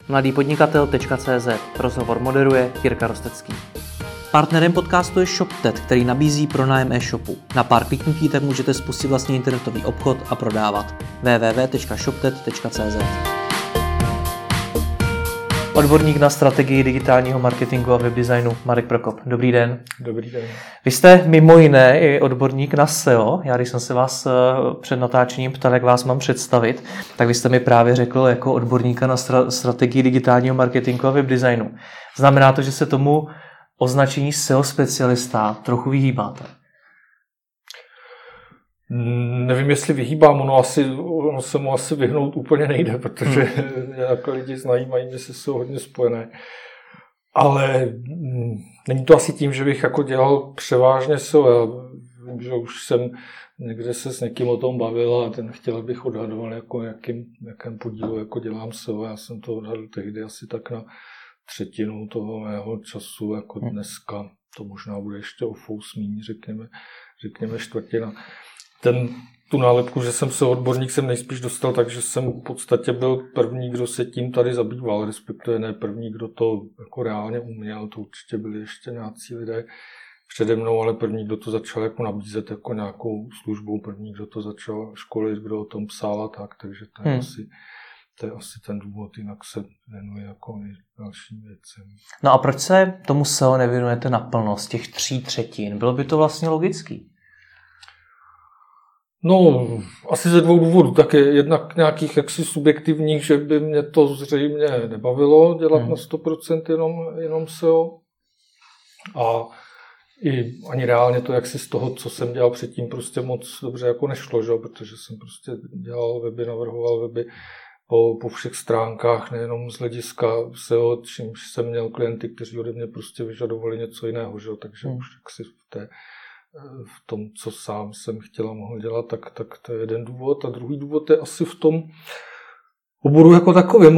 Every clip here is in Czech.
mladýpodnikatel.cz. Rozhovor moderuje Jirka Rostecký. Partnerem podcastu je ShopTet, který nabízí pronájem e-shopu. Na pár kliknutí tak můžete spustit vlastní internetový obchod a prodávat. www.shoptet.cz. Odborník na strategii digitálního marketingu a webdesignu Marek Prokop. Dobrý den. Dobrý den. Vy jste mimo jiné i odborník na SEO. Já když jsem se vás před natáčením ptal, jak vás mám představit, tak vy jste mi právě řekl jako odborníka na strategii digitálního marketingu a webdesignu. Znamená to, že se tomu označení SEO specialista trochu vyhýbáte? Nevím, jestli vyhýbám, ono se mu asi vyhnout úplně nejde, protože jako lidi znají, mají mě se SEO hodně spojené. Ale není to asi tím, že bych jako dělal převážně SEO. Já vím, že už jsem někde se s někým o tom bavil a ten chtěl, abych odhadoval, jako jakém podílu jako dělám SEO. Já jsem to odhadl tehdy asi tak na třetinu toho mého času, jako dneska. To možná bude ještě o fous míň, řekněme čtvrtina. Tu nálepku, že jsem se odborník, jsem nejspíš dostal, takže jsem v podstatě byl první, kdo se tím tady zabýval, respektive ne první, kdo to jako reálně uměl, to určitě byli ještě nějací lidé přede mnou, ale první, kdo to začal jako nabízet jako nějakou službu, první, kdo to začal školit, kdo o tom psal a tak, takže to je asi ten důvod, jinak se věnuje jako dalším věcem. No a proč se tomu SEO nevěnujete naplno z těch 3/3? Bylo by to vlastně logický? No, asi ze 2 důvodů. Tak je jednak nějakých jaksi subjektivních, že by mě to zřejmě nebavilo dělat na 100% jenom SEO. A ani reálně to jaksi z toho, co jsem dělal předtím, prostě moc dobře jako nešlo, že? Protože jsem prostě dělal weby, navrhoval weby po všech stránkách, nejenom z hlediska SEO, čímž jsem měl klienty, kteří ode mě prostě vyžadovali něco jiného, že? Takže už jaksi v tom, co sám jsem chtěl a mohl dělat, tak to je jeden důvod. A druhý důvod je asi v tom oboru jako takovém.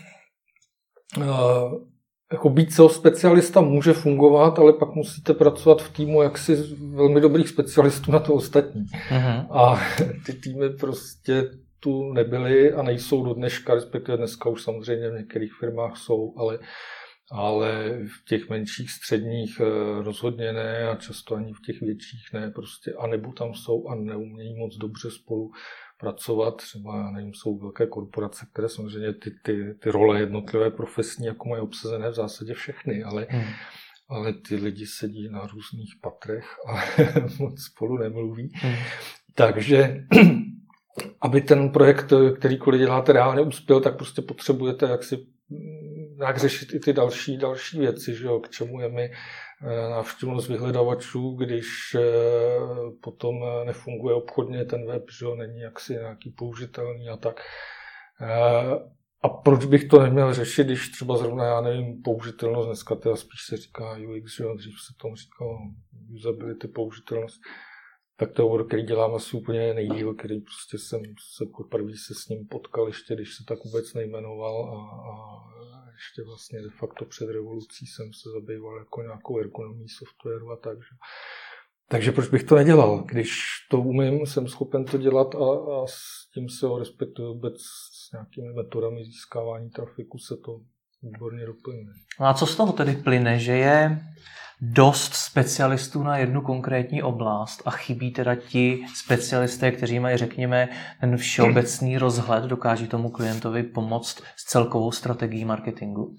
Jako být SEO specialista může fungovat, ale pak musíte pracovat v týmu jaksi velmi dobrých specialistů na to ostatní. A ty týmy prostě tu nebyly a nejsou do dneška, respektive dneska už samozřejmě v některých firmách jsou, ale v těch menších, středních rozhodně ne a často ani v těch větších ne. Prostě a nebo tam jsou a neumějí moc dobře spolu pracovat. Třeba, já nevím, jsou velké korporace, které samozřejmě ty role jednotlivé profesní jako mají obsazené v zásadě všechny, ale ty lidi sedí na různých patrech a moc spolu nemluví. Takže aby ten projekt, kterýkoliv děláte, reálně uspěl, tak prostě potřebujete jaksi nějak řešit i ty další věci, že jo, k čemu je mi návštěvnost vyhledavačů, když potom nefunguje obchodně ten web, že jo, není jaksi nějaký použitelný a tak. A proč bych to neměl řešit, když třeba zrovna, já nevím, použitelnost, dneska teda spíš se říká UX, že jo, dřív se tomu říkalo usability, použitelnost, tak to obor, který dělám asi úplně nejdýl, který prostě jsem se poprvé s ním potkal, ještě když se tak vůbec nejmenoval a ještě vlastně de facto před revolucí jsem se zabýval jako nějakou ergonomii softwaru a tak. Takže proč bych to nedělal? Když to umím, jsem schopen to dělat a s tím se respektive vůbec s nějakými metodami získávání trafiku se to výborně doplňuje. No a co z toho tedy plyne, že je dost specialistů na jednu konkrétní oblast a chybí teda ti specialisté, kteří mají, řekněme, ten všeobecný rozhled, dokáží tomu klientovi pomoct s celkovou strategií marketingu?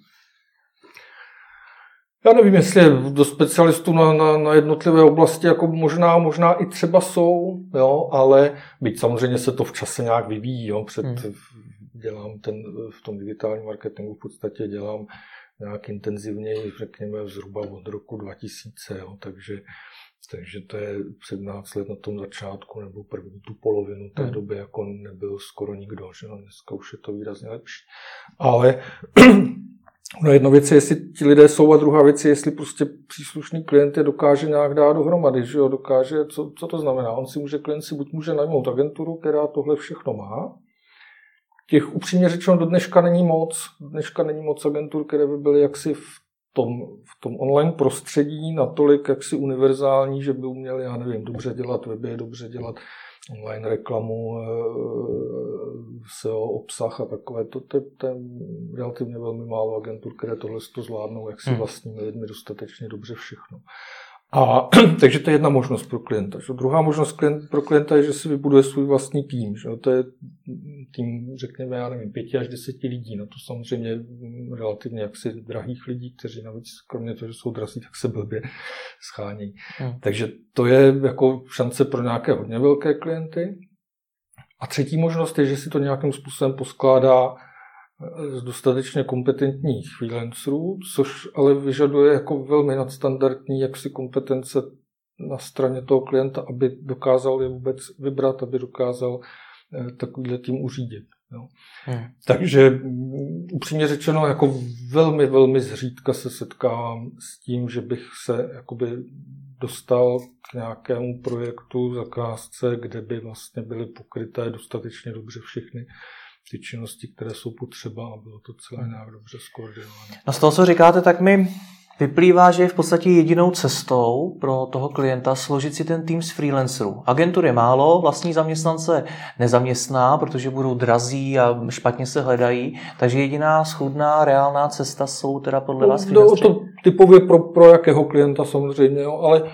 Já nevím, jestli je dost specialistů na jednotlivé oblasti, jako možná i třeba jsou, jo, ale byť samozřejmě se to v čase nějak vyvíjí, jo, dělám v tom digitálním marketingu v podstatě dělám nějak intenzivněji, řekněme, zhruba od roku 2000, jo, takže to je 17 let na tom začátku, nebo první tu polovinu té doby jako nebyl skoro nikdo, že no, dneska už je to výrazně lepší. Ale no, jedna věc je, jestli ti lidé jsou a druhá věc je, jestli prostě příslušný klient je dokáže nějak dát dohromady, že jo, dokáže, co to znamená? Klient si buď může najmout agenturu, která tohle všechno má. Těch upřímně řečeno do dneška není moc agentur, které by byly jaksi v tom online prostředí natolik jaksi univerzální, že by uměli, já nevím, dobře dělat weby, dobře dělat online reklamu, SEO, obsah a takové. To je relativně velmi málo agentur, které tohle to zvládnou, jak si vlastními lidmi dostatečně dobře všechno. A takže to je jedna možnost pro klienta. Že? Druhá možnost pro klienta je, že si vybuduje svůj vlastní tým. Že? To je tým, řekněme, já nevím, 5 až 10 lidí. No to samozřejmě relativně jaksi drahých lidí, kteří navíc, kromě toho, že jsou drazí, tak se blbě schánějí. Takže to je jako šance pro nějaké hodně velké klienty. A třetí možnost je, že si to nějakým způsobem poskládá z dostatečně kompetentních freelancerů, což ale vyžaduje jako velmi nadstandardní jaksi kompetence na straně toho klienta, aby dokázal je vůbec vybrat, aby dokázal takovýhle tým uřídit. Jo. Takže upřímně řečeno, jako velmi, velmi zřídka se setkávám s tím, že bych se jakoby dostal k nějakému projektu, zakázce, kde by vlastně byly pokryté dostatečně dobře všechny ty činnosti, které jsou potřeba, a bylo to celé nějak dobře skoordinované. No z toho, co říkáte, tak mi vyplývá, že je v podstatě jedinou cestou pro toho klienta složit si ten tým z freelancerů. Agentur je málo, vlastní zaměstnance nezaměstná, protože budou drazí a špatně se hledají, takže jediná schůdná, reálná cesta jsou teda podle vás freelanceři. To typově pro jakého klienta samozřejmě, jo, ale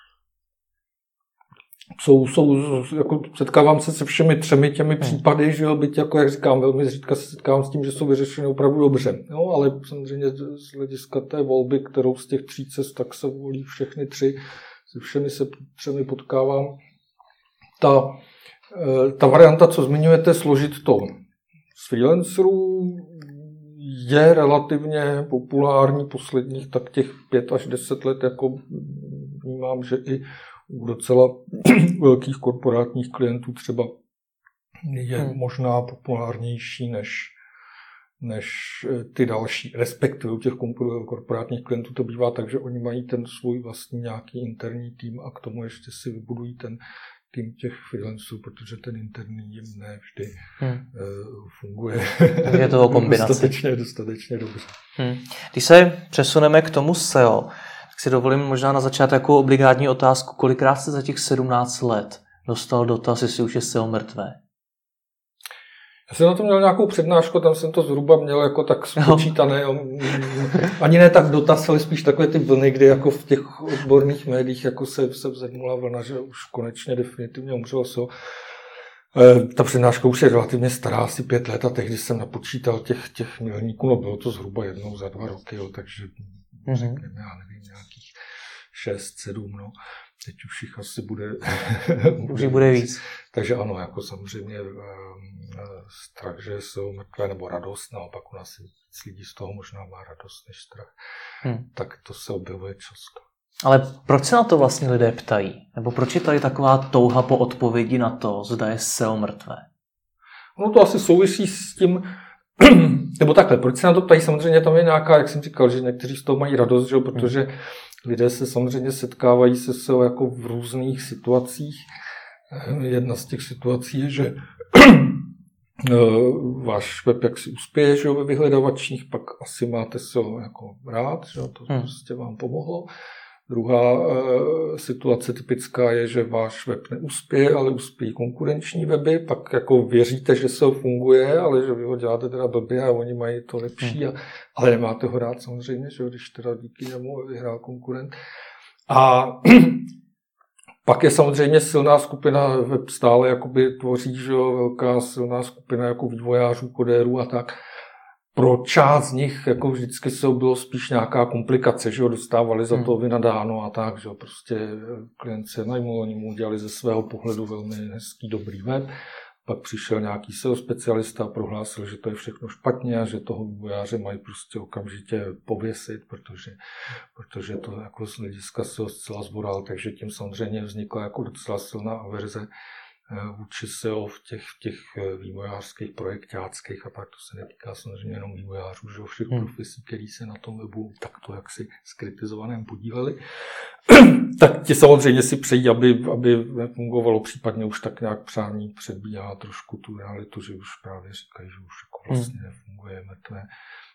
jsou jako setkávám se se všemi 3 těmi případy, že jo, byť jako, jak říkám, velmi zřídka se setkávám s tím, že jsou vyřešeny opravdu dobře. Jo, ale samozřejmě z hlediska té volby, kterou z těch 3 cest, tak se volí všechny 3. Se všemi se 3 potkávám. Ta varianta, co zmiňujete, složit to z freelancerů, je relativně populární posledních tak těch 5 až 10 let, jako vnímám, že i u docela velkých korporátních klientů třeba je možná populárnější než ty další. Respektive u těch korporátních klientů to bývá tak, že oni mají ten svůj vlastní nějaký interní tým a k tomu ještě si vybudují ten tým těch freelanců, protože ten interní jim ne vždy funguje. Je to o kombinaci. Dostatečně dobře. Když se přesuneme k tomu SEO, tak si dovolím možná na začátek takovou obligátní otázku. Kolikrát jste za těch 17 let dostal dotaz, jestli už je SEO mrtvé? Já jsem na to měl nějakou přednášku, tam jsem to zhruba měl jako tak spočítané. Ani ne tak dotaz, ale spíš takové ty vlny, kdy jako v těch odborných médiích jako se vzedmula vlna, že už konečně definitivně umřelo SEO. Ta přednáška už je relativně stará, asi 5 let, a tehdy jsem napočítal těch milníků, no bylo to zhruba jednou za 2 roky, jo, takže řekněme, já nevím, nějakých 6, 7, no. Teď už jich asi bude víc. Takže ano, jako samozřejmě strach, že jsou mrtvé, nebo radost, naopak u nás víc lidí z toho možná má radost než strach. Tak to se objevuje často. Ale proč se na to vlastně lidé ptají? Nebo proč je tady taková touha po odpovědi na to, zda je SEO mrtvé? No to asi souvisí s tím, nebo takhle, proč se na to ptají? Samozřejmě tam je nějaká, jak jsem říkal, že někteří z toho mají radost, že? Protože lidé se samozřejmě setkávají se SEO jako v různých situacích. Jedna z těch situací je, že váš web jaksi uspěje, že ve vyhledavačích, pak asi máte SEO jako rád, že to prostě vám pomohlo. Druhá situace typická je, že váš web neuspěje, ale uspějí konkurenční weby, pak jako věříte, že SEO funguje, ale že vy ho děláte teda blbě a oni mají to lepší, ale nemáte ho rád samozřejmě, že když teda díky němu vyhrál konkurent. A pak je samozřejmě silná skupina, web stále jakoby tvoří, že jo, velká silná skupina jako vývojářů, kodérů a tak. Pro část z nich jako vždycky se bylo spíš nějaká komplikace, že jo, dostávali za to vynadáno a tak, že jo, prostě klient se najmul, oni mu udělali ze svého pohledu velmi hezký, dobrý web. Pak přišel nějaký SEO specialista a prohlásil, že to je všechno špatně a že toho vývojáře mají prostě okamžitě pověsit, protože to jako z hlediska SEO zcela zboral, takže tím samozřejmě vznikla jako docela silná averze vůči SEO v těch vývojářských, projektáckých, a pak to se netýká samozřejmě jenom vývojářů, že všech profesí, který se na tom webu takto jaksi skritizovaném podíleli. Tak ti samozřejmě si přejí, aby fungovalo, případně už tak nějak přání předbíhá trošku tu realitu, že už právě říkají, že už jako vlastně nefunguje mrtvé.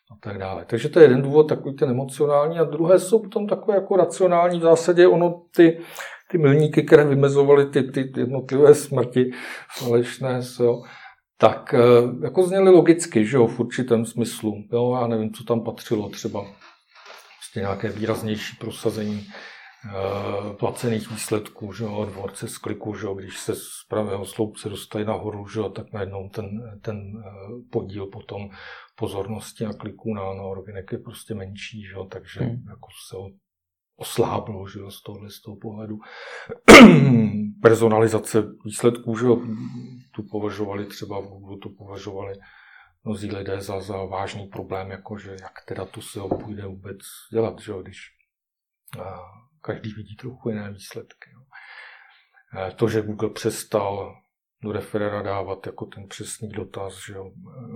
a tak dále. Takže to je jeden důvod, takový ten emocionální, a druhé jsou potom takové jako racionální. V zásadě ono ty milníky, které vymezovaly ty jednotlivé smrti falešné, tak jako zněly logicky, že jo, v určitém smyslu. Jo, já nevím, co tam patřilo, třeba prostě nějaké výraznější prosazení placených výsledků, že jo, dvorce z kliku, že jo, když se z pravého sloupce dostali nahoru, že jo, tak najednou ten podíl potom pozornosti a kliků na rovinek je prostě menší, že jo, takže jako se osláblo, že jo, z toho pohledu. Personalizace výsledků, že jo, tu považovali třeba v Google, to považovali mnozí lidé za vážný problém, jakože jak teda to se půjde vůbec dělat, že jo, když každý vidí trochu jiné výsledky. Jo. To, že Google přestal do referera dávat jako ten přesný dotaz, že jo,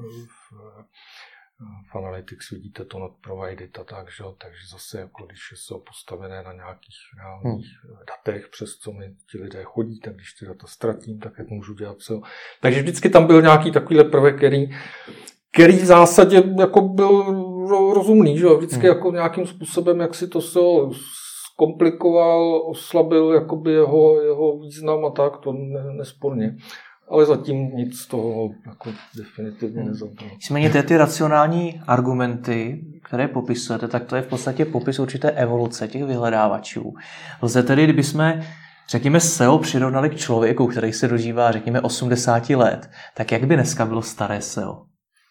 v Analytics vidíte to not provided a tak, že jo, takže zase jako když jsou postavené na nějakých reálných datech, přes co mi ti lidé chodí, tak když ty data ztratím, tak jak můžu dělat co. Takže vždycky tam byl nějaký takovýhle prvek, který v zásadě jako byl rozumný, že jo, vždycky jako nějakým způsobem, jak si to zkomplikoval, oslabil jakoby jeho význam a tak, to nesporně. Ale zatím nic z toho jako definitivně nezabilo. Nicméně ty racionální argumenty, které popisujete, tak to je v podstatě popis určité evoluce těch vyhledávačů. Lze tedy, kdybychom, řekněme, SEO přirovnali k člověku, který se dožívá, řekněme, 80 let, tak jak by dneska bylo staré SEO?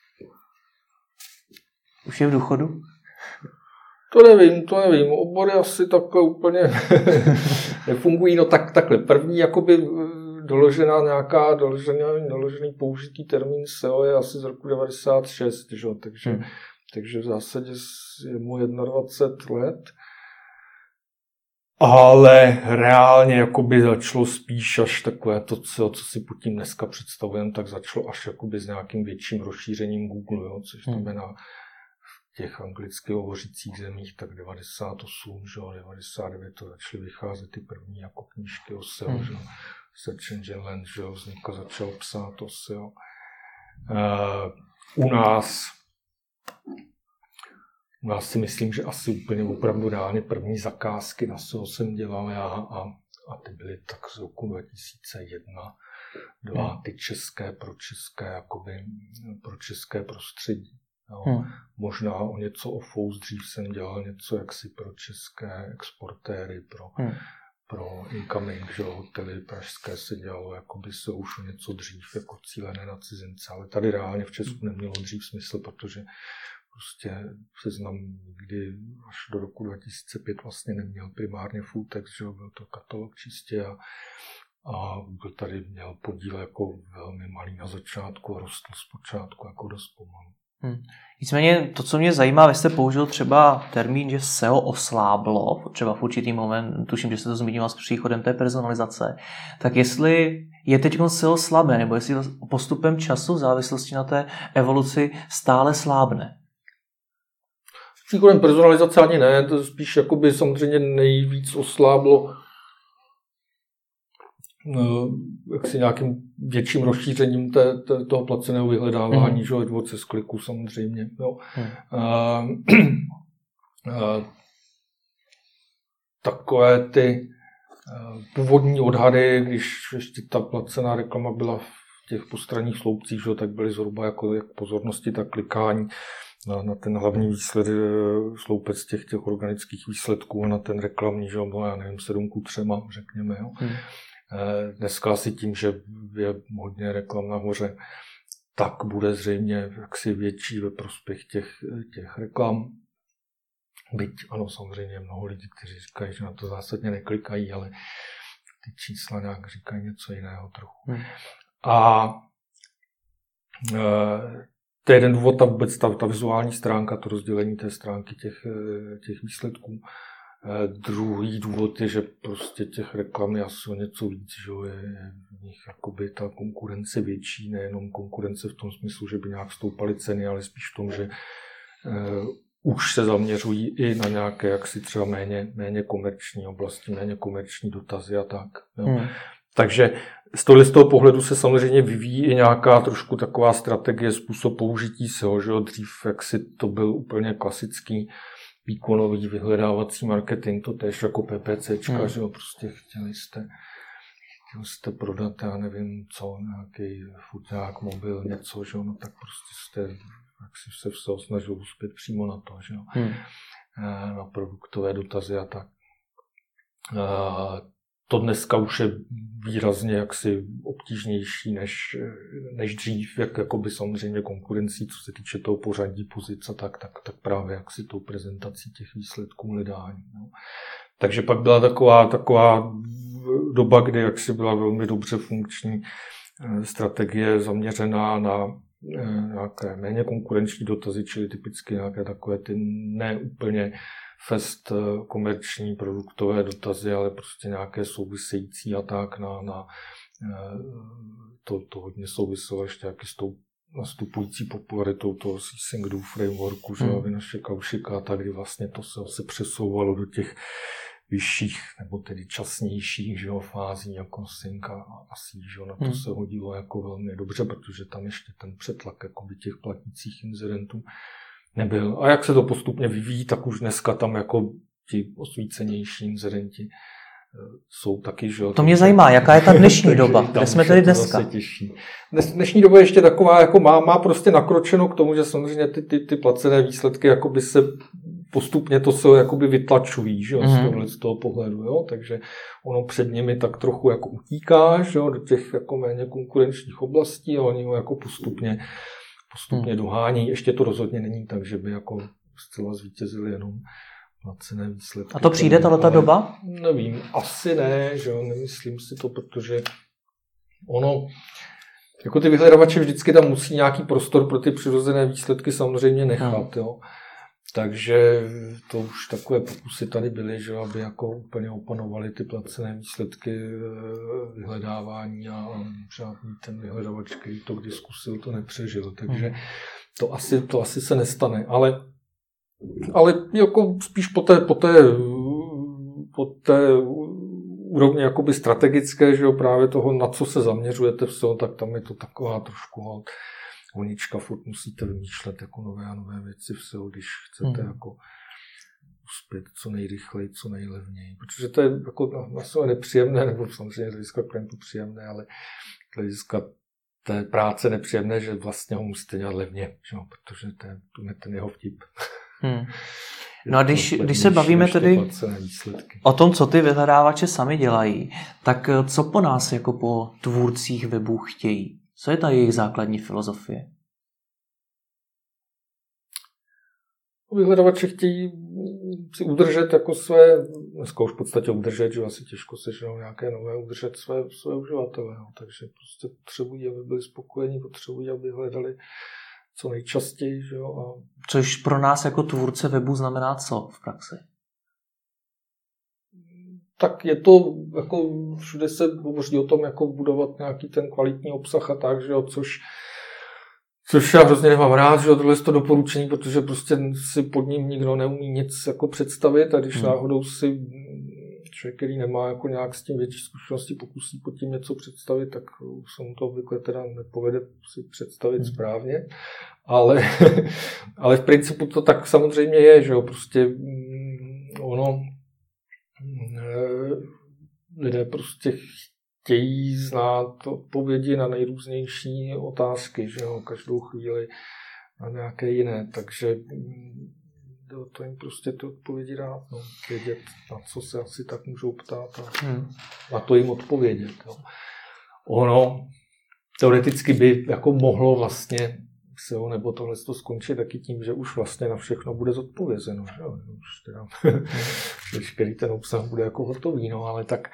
Už je v důchodu? To nevím. Obory asi takhle úplně nefungují. No takhle. První jakoby doložený použitý termín SEO je asi z roku 96, že? Takže v zásadě je mu 21 let. Ale reálně jakoby začalo spíš až takové to, co si pod tím dneska představujeme, tak začalo až jakoby s nějakým větším rozšířením Google, jo? Což znamená v těch anglicky hovořících zemích, tak 98, že? 99 to začaly vycházet ty první jako knížky o SEO, že? Search Engine Land, že vznikl, začal psát to SEO. U nás si myslím, že asi úplně opravdu reálně první zakázky na SEO jsem dělal já a ty byly tak z roku 2001, ty české pro české prostředí. Jo. Možná o něco o FOUS dřív jsem dělal něco jaksi pro české exportéry, pro incoming, že hotely pražské se dělalo, jako by se už něco dřív jako cílené na cizince, ale tady reálně v Česku nemělo dřív smysl, protože prostě Seznam nikdy až do roku 2005 vlastně neměl primárně full text, že byl to katalog čistě a Google tady měl podíl jako velmi malý na začátku a rostl zpočátku jako dost pomalu. Nicméně to, co mě zajímá, vy jste použil třeba termín, že SEO osláblo, třeba v určitý moment, tuším, že jste to zmínil s příchodem té personalizace, tak jestli je teď SEO slabé, nebo jestli postupem času v závislosti na té evoluci stále slábne? Příchodem personalizace ani ne, to spíš jakoby samozřejmě nejvíc osláblo jaksi nějakým větším rozšířením toho placeného vyhledávání, že dvorce z kliku samozřejmě. Jo. Takové ty původní odhady, když ještě ta placená reklama byla v těch postranních sloupcích, že, tak byly zhruba jako jak pozornosti, tak klikání na ten hlavní výsled, sloupec těch organických výsledků, na ten reklamní, že bylo, já nevím, 7:3, řekněme. Jo. Dneska asi tím, že je hodně reklam nahoře, tak bude zřejmě jaksi větší ve prospěch těch reklam. Byť ano, samozřejmě mnoho lidí, kteří říkají, že na to zásadně neklikají, ale ty čísla nějak říkají něco jiného trochu. A to je jeden důvod, vůbec ta vizuální stránka, to rozdělení té stránky těch výsledků. Druhý důvod je, že prostě těch reklam je asi o něco víc, že je v nich jakoby ta konkurence větší, nejenom konkurence v tom smyslu, že by nějak stoupaly ceny, ale spíš v tom, že už se zaměřují i na nějaké jaksi třeba méně komerční oblasti, méně komerční dotazy a tak. Jo. Takže z toho pohledu se samozřejmě vyvíjí i nějaká trošku taková strategie, způsob použití SEO, že jo? Dřív, jak si to byl úplně klasický výkonový vyhledávací marketing, to též jako PPCčka, že jo? Prostě chtěli jste prodat, já nevím co, nějaký fuťák, mobil, něco, že jo? No tak prostě jste, jak si se SEO snažil uspět přímo na to, že jo? Na produktové dotazy a tak. To dneska už je výrazně jaksi obtížnější než dřív, jakoby samozřejmě konkurencí, co se týče toho pořadí pozic a tak právě jaksi tou prezentací těch výsledků hledání. No. Takže pak byla taková doba, kdy jaksi byla velmi dobře funkční strategie zaměřená na nějaké méně konkurenční dotazy, čili typicky nějaké takové ty neúplně fest komerční produktové dotazy, ale prostě nějaké související a tak na to hodně souviselo ještě taky s tou nastupující popularitou toho Singdu frameworku, že naše Kaušika a tak, kdy vlastně to se přesouvalo do těch vyšších nebo tedy časnějších, že jo, fází jako Sync a Seek, že jo, na to se hodilo jako velmi dobře, protože tam ještě ten přetlak jakoby těch platících inzerentů nebyl. A jak se to postupně vyvíjí, tak už dneska tam jako ti osvícenější inzerenti jsou taky, že jo. To mě zajímá, jaká je ta dnešní doba, kde jsme tedy dneska? Dnešní doba ještě taková, jako má prostě nakročeno k tomu, že samozřejmě ty placené výsledky jakoby se postupně to se jakoby vytlačují, že jo, z toho pohledu, jo, takže ono před nimi tak trochu jako utíká, že jo, do těch jako méně konkurenčních oblastí a oni ho jako postupně dohání. Ještě to rozhodně není tak, že by jako zcela zvítězili jenom placené výsledky. A to přijde tato doba? Nevím, asi ne, že jo, nemyslím si to, protože ono, jako ty vyhledávače vždycky tam musí nějaký prostor pro ty přirozené výsledky samozřejmě nechat, jo. Takže to už takové pokusy tady byly, že aby jako úplně opanovaly ty placené výsledky vyhledávání a žádný ten vyhledávač, který to kdy zkusil, to nepřežil. Takže to asi se nestane. Ale jako spíš po té úrovni jakoby strategické, že jo, právě toho, na co se zaměřujete v SEO, tak tam je to taková trošku honička, furt musíte vymýšlet jako nové věci v SEO, když chcete jako uspět co nejrychleji, co nejlevněji. Protože to je jako na SEO nepříjemné, nebo samozřejmě z hlediska klientů příjemné, ale z hlediska té práce nepříjemné, že vlastně ho musíte dělat levně, že? Protože to je ten jeho vtip. No a když se bavíme tedy o tom, co ty vyhledávače sami dělají, tak co po nás jako po tvůrcích webů chtějí? Co je ta jejich základní filozofie? Vyhledávače chtějí si udržet jako své, dneska už v podstatě udržet, že asi těžko seženou nějaké nové, udržet své uživatele. No. Takže prostě potřebují, aby byli spokojení, potřebují, aby hledali co nejčastěji. Že jo, a... Což pro nás jako tvůrce webu znamená co v praxi? Tak je to, jako všude se hovoří o tom, jako budovat nějaký ten kvalitní obsah a tak, že jo, což já hrozně nemám rád, že jo, tohle je to doporučení, protože prostě si pod ním nikdo neumí nic jako představit a když náhodou si člověk, který nemá jako nějak s tím větší zkušenosti, pokusí pod tím něco představit, tak se mu to obvykle teda nepovede si představit správně, ale v principu to tak samozřejmě je, že jo, prostě ono lidé prostě chtějí znát odpovědi na nejrůznější otázky, že jo, každou chvíli na nějaké jiné, takže to jim prostě ty odpovědi dát, no, vědět, na co se asi tak můžou ptát a na to jim odpovědět. Jo. Ono teoreticky by jako mohlo vlastně SEO nebo tohle to skončit taky tím, že už vlastně na všechno bude zodpovězeno. Že? Už teda veškerý ten obsah bude jako hotový, no, ale tak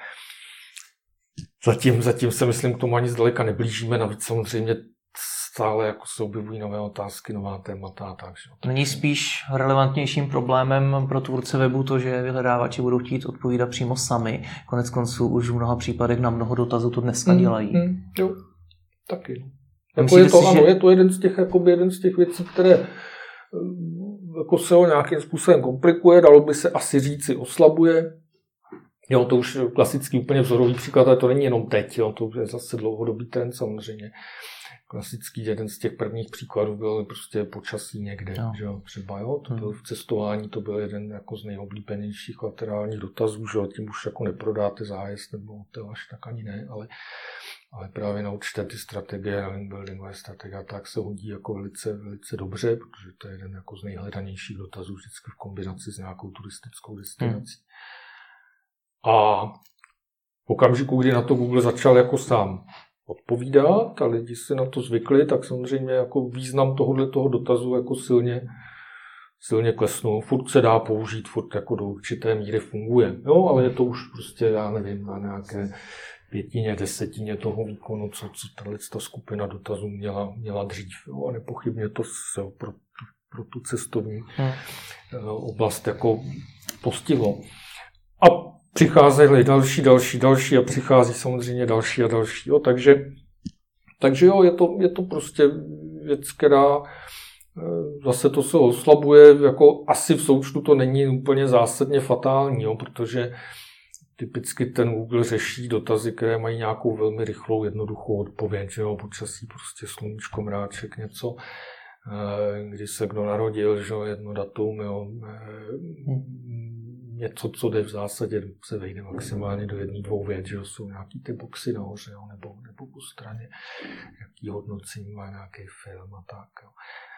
zatím se myslím k tomu ani zdaleka neblížíme, navíc samozřejmě stále jako se objevují nové otázky, nová témata a tak. Že? Není spíš relevantnějším problémem pro tvůrce webu to, že vyhledávači budou chtít odpovídat přímo sami. Konec konců už v mnoha případech na mnoho dotazů to dneska dělají. Jo, taky. Jako je to jeden z těch věcí, které jako SEO nějakým způsobem komplikuje, dalo by se asi říci oslabuje, Jo, to už klasický úplně vzorový příklad, ale to není jenom teď, jo, to je zase dlouhodobý trend samozřejmě. Klasický jeden z těch prvních příkladů byl prostě počasí někde, že jo, třeba, jo, to byl v cestování, to byl jeden jako z nejoblíbenějších laterálních dotazů, že jo, tím už jako neprodáte zájezd nebo hotel, až tak ani ne, ale právě naučte ty strategie, buildingové strategie, tak se hodí jako velice, velice dobře, protože to je jeden jako z nejhledanějších dotazů vždycky v kombinaci s nějakou turistickou destinací. A v okamžiku, kdy na to Google začal jako sám odpovídat a lidi si na to zvykli, tak samozřejmě jako význam toho dotazu jako silně klesnul. Furt se dá použít, furt jako do určité míry funguje. Jo, ale je to už prostě, já nevím, na nějaké 5%, 10% toho výkonu, co ta skupina dotazů měla dřív. Jo, a nepochybně to se pro tu cestovní oblast jako postihlo. A přicházely další a přichází samozřejmě další a další. Jo. Takže jo, je to prostě věc, která zase to se oslabuje, jako asi v součtu to není úplně zásadně fatální, jo, protože typicky ten Google řeší dotazy, které mají nějakou velmi rychlou, jednoduchou odpověď, že jo, počasí prostě sluníčko, mráček, něco, kdy se kdo narodil, že jo, jedno datum, jo, něco, co jde v zásadě, se vejde maximálně do 1-2 vět, že jsou nějaký ty boxy nahoře, jo, nebo po straně, jaký hodnocení má nějaký film a tak. Jo.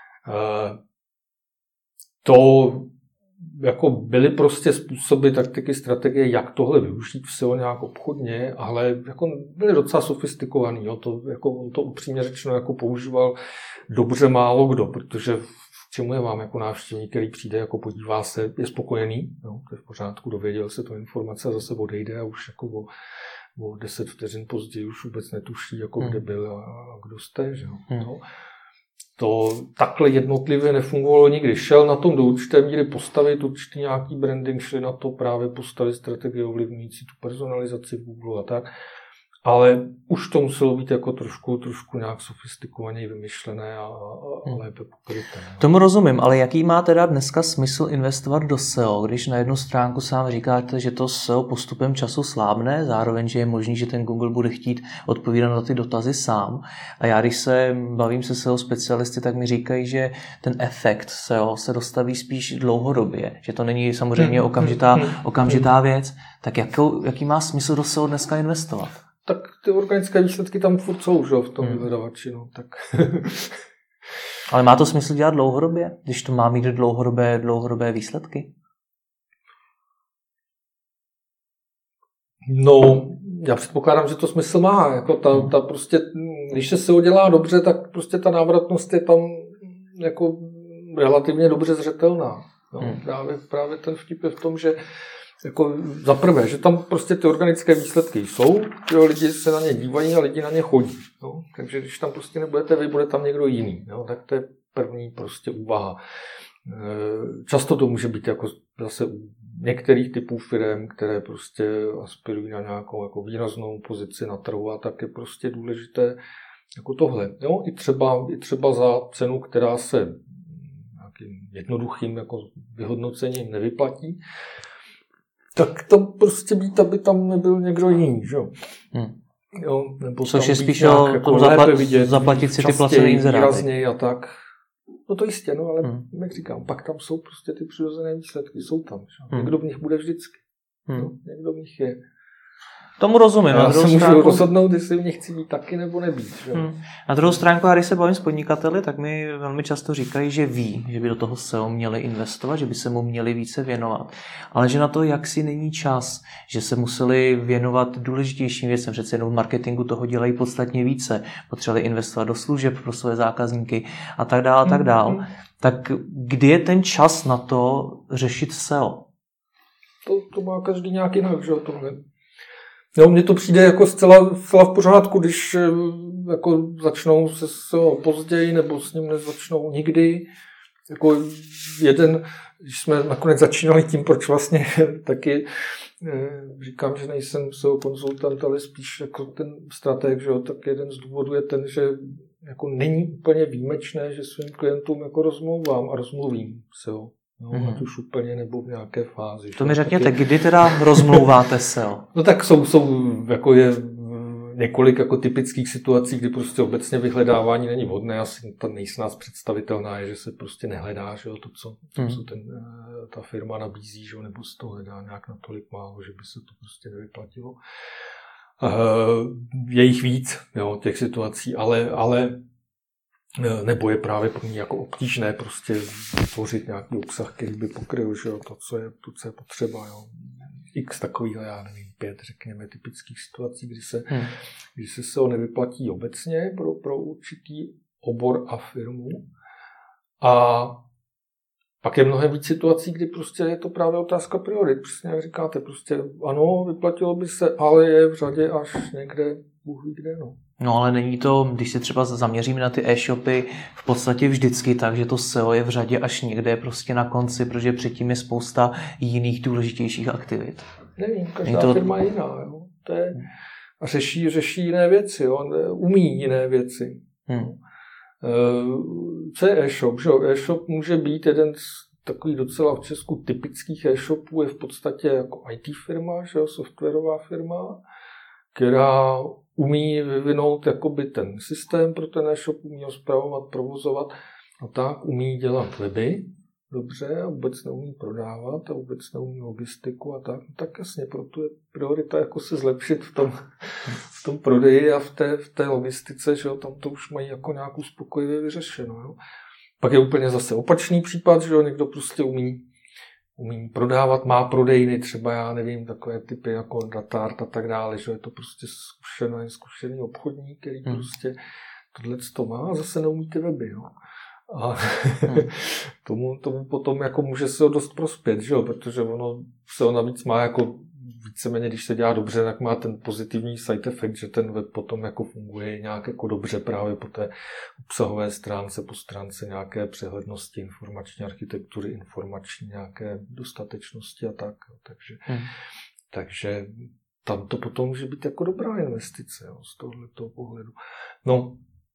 To jako byly prostě způsoby, taktiky, strategie, jak tohle využít v SEO nějak obchodně, ale jako byly docela sofistikovaný. Jo. On to upřímně řečeno jako používal dobře málo kdo, protože k čemu je vám jako návštěvník, který přijde, jako podívá se, je spokojený, jo, to je v pořádku, dověděl se to informace a zase odejde a už jako o 10 vteřin později už vůbec netuší, jako kde byl a kdo jste. Že? No. To takhle jednotlivě nefungovalo nikdy. Šel na tom do určité míry postavit určitý nějaký branding, šli na to právě postavit strategii ovlivňující tu personalizaci v Google a tak. Ale už to muselo být jako trošku nějak sofistikovaně vymyšlené a lépe pokryté. Tomu rozumím, ale jaký má teda dneska smysl investovat do SEO, když na jednu stránku sám říkáte, že to SEO postupem času slábne, zároveň, že je možný, že ten Google bude chtít odpovídat na ty dotazy sám. A já, když se bavím se SEO specialisty, tak mi říkají, že ten efekt SEO se dostaví spíš dlouhodobě, že to není samozřejmě okamžitá věc. Tak jaký má smysl do SEO dneska investovat? Tak ty organické výsledky tam furt jsou, že, v tom vyhledavači, no, tak. Ale má to smysl dělat dlouhodobě, když to má mít dlouhodobé výsledky? No, já předpokládám, že to smysl má. Jako ta prostě, když se SEO dělá dobře, tak prostě ta návratnost je tam jako relativně dobře zřetelná. No, právě ten vtip je v tom, že jako za prvé, že tam prostě ty organické výsledky jsou, že lidi se na ně dívají a lidi na ně chodí. No? Takže když tam prostě nebudete vy, bude tam někdo jiný. No? Tak to je první prostě úvaha. Často to může být jako zase u některých typů firem, které prostě aspirují na nějakou jako výraznou pozici na trhu a tak je prostě důležité jako tohle. Jo? I třeba za cenu, která se nějakým jednoduchým jako vyhodnocením nevyplatí, tak to prostě být, aby tam nebyl někdo jiný, že jo. Jo, nebo což je spíš o tom zaplatit si ty placené inzeráty. A tak. No to jistě, no, ale jak říkám, pak tam jsou prostě ty přirozené výsledky, jsou tam. Že? Někdo v nich bude vždycky. No, někdo v nich je. Tomu rozumím. Já se můžu rozhodnout, jestli v nich chci být taky nebo nebýt. Že? Na druhou stránku, a když se bavím s podnikateli, tak mi velmi často říkají, že ví, že by do toho SEO měli investovat, že by se mu měli více věnovat. Ale že na to jaksi není čas, že se museli věnovat důležitějším věcem, přece jenom v marketingu toho dělají podstatně více. Potřebovali investovat do služeb pro své zákazníky a tak dále, a tak dále. Tak kdy je ten čas na to řešit SEO? To má každý nějak jinak, že tohle. No, mně to přijde jako zcela v pořádku, když jako začnou se později nebo s ním nezačnou nikdy. Jako když jsme nakonec začínali tím, proč vlastně taky říkám, že nejsem SEO konzultant, ale spíš jako ten strateg, že jo, tak jeden z důvodů je ten, že jako není úplně výjimečné, že svým klientům jako rozmluvím SEO. No, ať už úplně nebo v nějaké fázi. To mi řekněte, kdy teda rozmlouváte SEO? No tak jsou jako je několik jako typických situací, kdy prostě obecně vyhledávání není vhodné. Asi ta nejsnáz představitelná je, že se prostě nehledá, že jo, to, co ta firma nabízí, že jo, nebo se to hledá nějak natolik málo, že by se to prostě nevyplatilo. Je jich víc, jo, těch situací, ale nebo je právě pro mě jako obtížné prostě tvořit nějaký obsah, který by pokryl, že jo, to, co je potřeba, jo. X takovýhle, já nevím, 5, řekněme, typických situací, kdy se SEO nevyplatí obecně pro určitý obor a firmu. A pak je mnohem víc situací, kdy prostě je to právě otázka priorit. Přesně jak říkáte, prostě ano, vyplatilo by se, ale je v řadě až někde, Bůh ví kde, no. No ale není to, když se třeba zaměříme na ty e-shopy, v podstatě vždycky tak, že to SEO je v řadě až někde prostě na konci, protože předtím je spousta jiných důležitějších aktivit. Nevím, každá firma je jiná, jo. To je, a řeší jiné věci, jo. Umí jiné věci. Co je e-shop? Že? E-shop může být jeden z takových docela v Česku typických e-shopů, je v podstatě jako IT firma, že? Softwarová firma, která umí vyvinout jakoby ten systém pro ten e-shop, umí ho spravovat, provozovat a tak, umí dělat weby dobře a vůbec neumí prodávat a vůbec neumí logistiku a tak. No tak jasně, proto je priorita jako se zlepšit v tom prodeji a v té logistice, že jo, tam to už mají jako nějakou spokojivě vyřešeno. Jo. Pak je úplně zase opačný případ, že jo, někdo prostě umí prodávat, má prodejny, třeba já nevím, takové typy jako Datart a tak dále, že je to prostě zkušený obchodník, který prostě tohleto má a zase neumí ty weby, jo. A tomu potom jako může se ho dost prospět, že jo, protože ono se navíc má jako víceméně, když se dělá dobře, tak má ten pozitivní side effect, že ten web potom jako funguje nějak jako dobře právě po té obsahové stránce, po stránce nějaké přehlednosti, informační architektury, informační nějaké dostatečnosti a tak. Takže tam to potom může být jako dobrá investice, jo, z tohoto pohledu. No,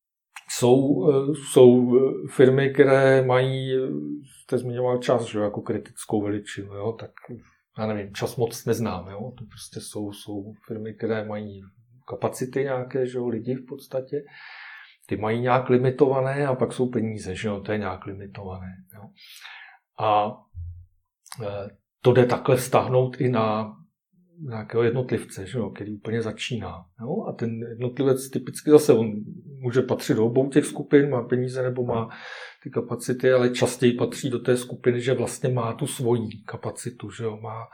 jsou firmy, které mají, jste zmiňoval čas, že, jako kritickou veličinu, jo, tak já nevím, čas moc neznám, jo, to prostě jsou firmy, které mají kapacity nějaké, že jo, lidi v podstatě, ty mají nějak limitované a pak jsou peníze, že jo, to je nějak limitované, jo. A to jde takhle vztáhnout i na nějakého jednotlivce, že jo, který úplně začíná. Jo? A ten jednotlivec typicky zase, on může patřit do obou těch skupin, má peníze nebo má ty kapacity, ale častěji patří do té skupiny, že vlastně má tu svoji kapacitu, že jo, má